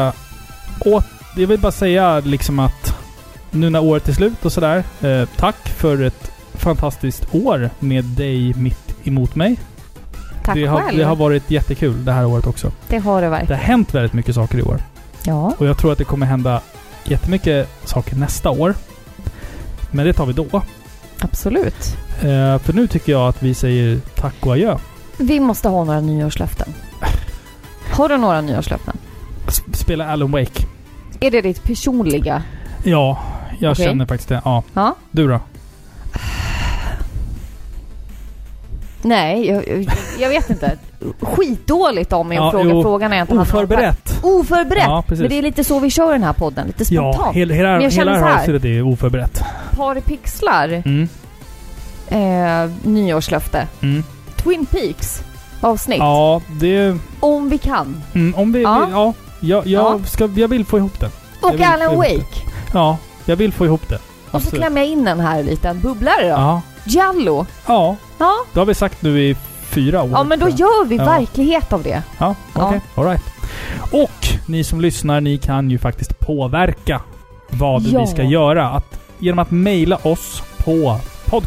jag vill bara säga liksom att nu när året är slut och sådär, tack för ett fantastiskt år med dig mitt emot mig. Tack själv. Det har varit jättekul det här året också. Det har det verkligen. Det har hänt väldigt mycket saker i år. Ja. Och jag tror att det kommer hända jättemycket saker nästa år. Men det tar vi då. Absolut. För nu tycker jag att vi säger tack och adjö. Vi måste ha några nyårslöften. Har du några nyårslöften? Spela Alan Wake. Är det ditt personliga? Ja, jag känner faktiskt det. Ja. Du då? Nej, jag vet inte. Skitdåligt om jag frågar frågan är inte oförberett. Ja, men det är lite så vi kör den här podden. Lite spontant. Ja, hela avsnittet är oförberett. Paripixlar. Nyårslöfte. Twin Peaks avsnitt. Ja, det... Om vi kan. Om vi... Jag vill få ihop det. Och Alan Wake. Ja, jag vill få ihop det. Och så klämmer jag in den här liten bubblare då. Ja. Giallo. Ja. Det har vi sagt nu i 4 år. Ja, men då gör vi verklighet av det. Ja, okej. All right. Och ni som lyssnar, ni kan ju faktiskt påverka vad vi ska göra. Genom att mejla oss på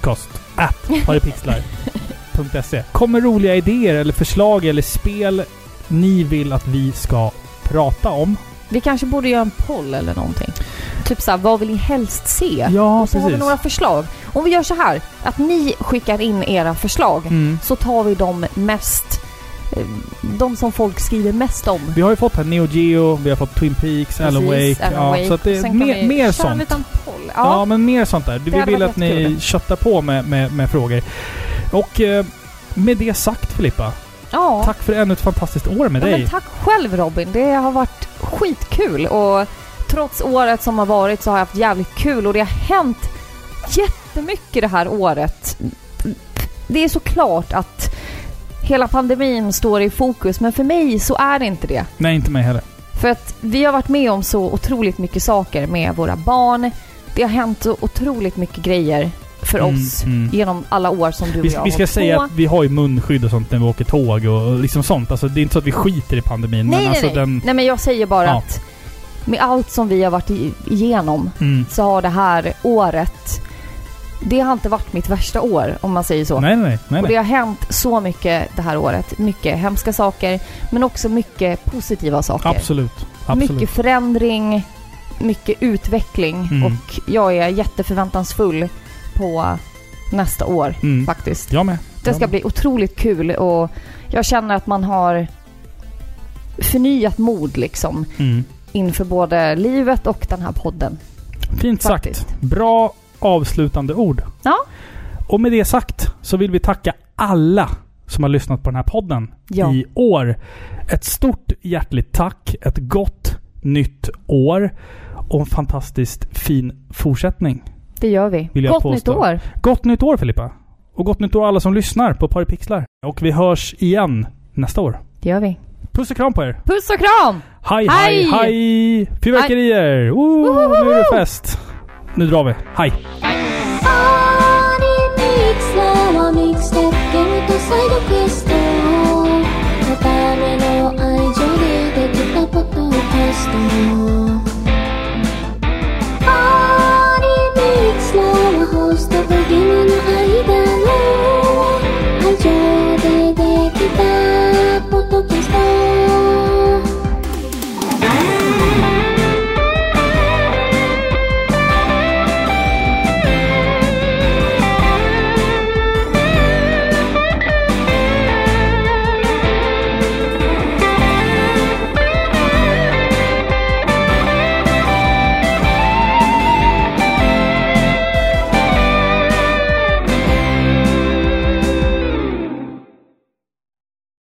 podcast@paripixlar.se. Kommer roliga idéer eller förslag eller spel ni vill att vi ska prata om. Vi kanske borde göra en poll eller någonting. Typ såhär, vad vill ni helst se? Ja, och så har vi några förslag. Om vi gör så här, att ni skickar in era förslag, så tar vi de som folk skriver mest om. Vi har ju fått här Neo Geo, vi har fått Twin Peaks, Alan Wake. Så att det är mer sånt. Ja, men mer sånt där. Vi vill att ni köttar på med frågor. Och med det sagt, Filippa. Ja. Tack för ännu ett fantastiskt år med dig. Men tack själv, Robin. Det har varit skitkul. Och trots året som har varit så har jag haft jävligt kul. Och det har hänt jättemycket det här året. Det är så klart att hela pandemin står i fokus. Men för mig så är det inte det. Nej, inte mig heller. För att vi har varit med om så otroligt mycket saker med våra barn. Det har hänt så otroligt mycket grejer för oss genom alla år som du och jag vi ska säga att vi har ju munskydd och sånt när vi åker tåg och liksom sånt. Alltså det är inte så att vi skiter i pandemin. Nej, men jag säger bara att med allt som vi har varit igenom så har det här året det har inte varit mitt värsta år, om man säger så. Nej. Och det har hänt så mycket det här året. Mycket hemska saker, men också mycket positiva saker. Absolut. Mycket förändring, mycket utveckling. Och jag är jätteförväntansfull på nästa år faktiskt. Jag med. Det ska bli otroligt kul och jag känner att man har förnyat mod liksom inför både livet och den här podden. Fint faktiskt. Sagt. Bra avslutande ord. Ja. Och med det sagt så vill vi tacka alla som har lyssnat på den här podden i år. Ett stort hjärtligt tack. Ett gott nytt år och en fantastiskt fin fortsättning. Det gör vi. Gott nytt år. Gott nytt år, Filippa. Och gott nytt år alla som lyssnar på Paripixlar. Och vi hörs igen nästa år. Det gör vi. Puss och kram på er. Puss och kram! Hej! Fyrverkerier! Nu är det fest. Nu drar vi. Hej!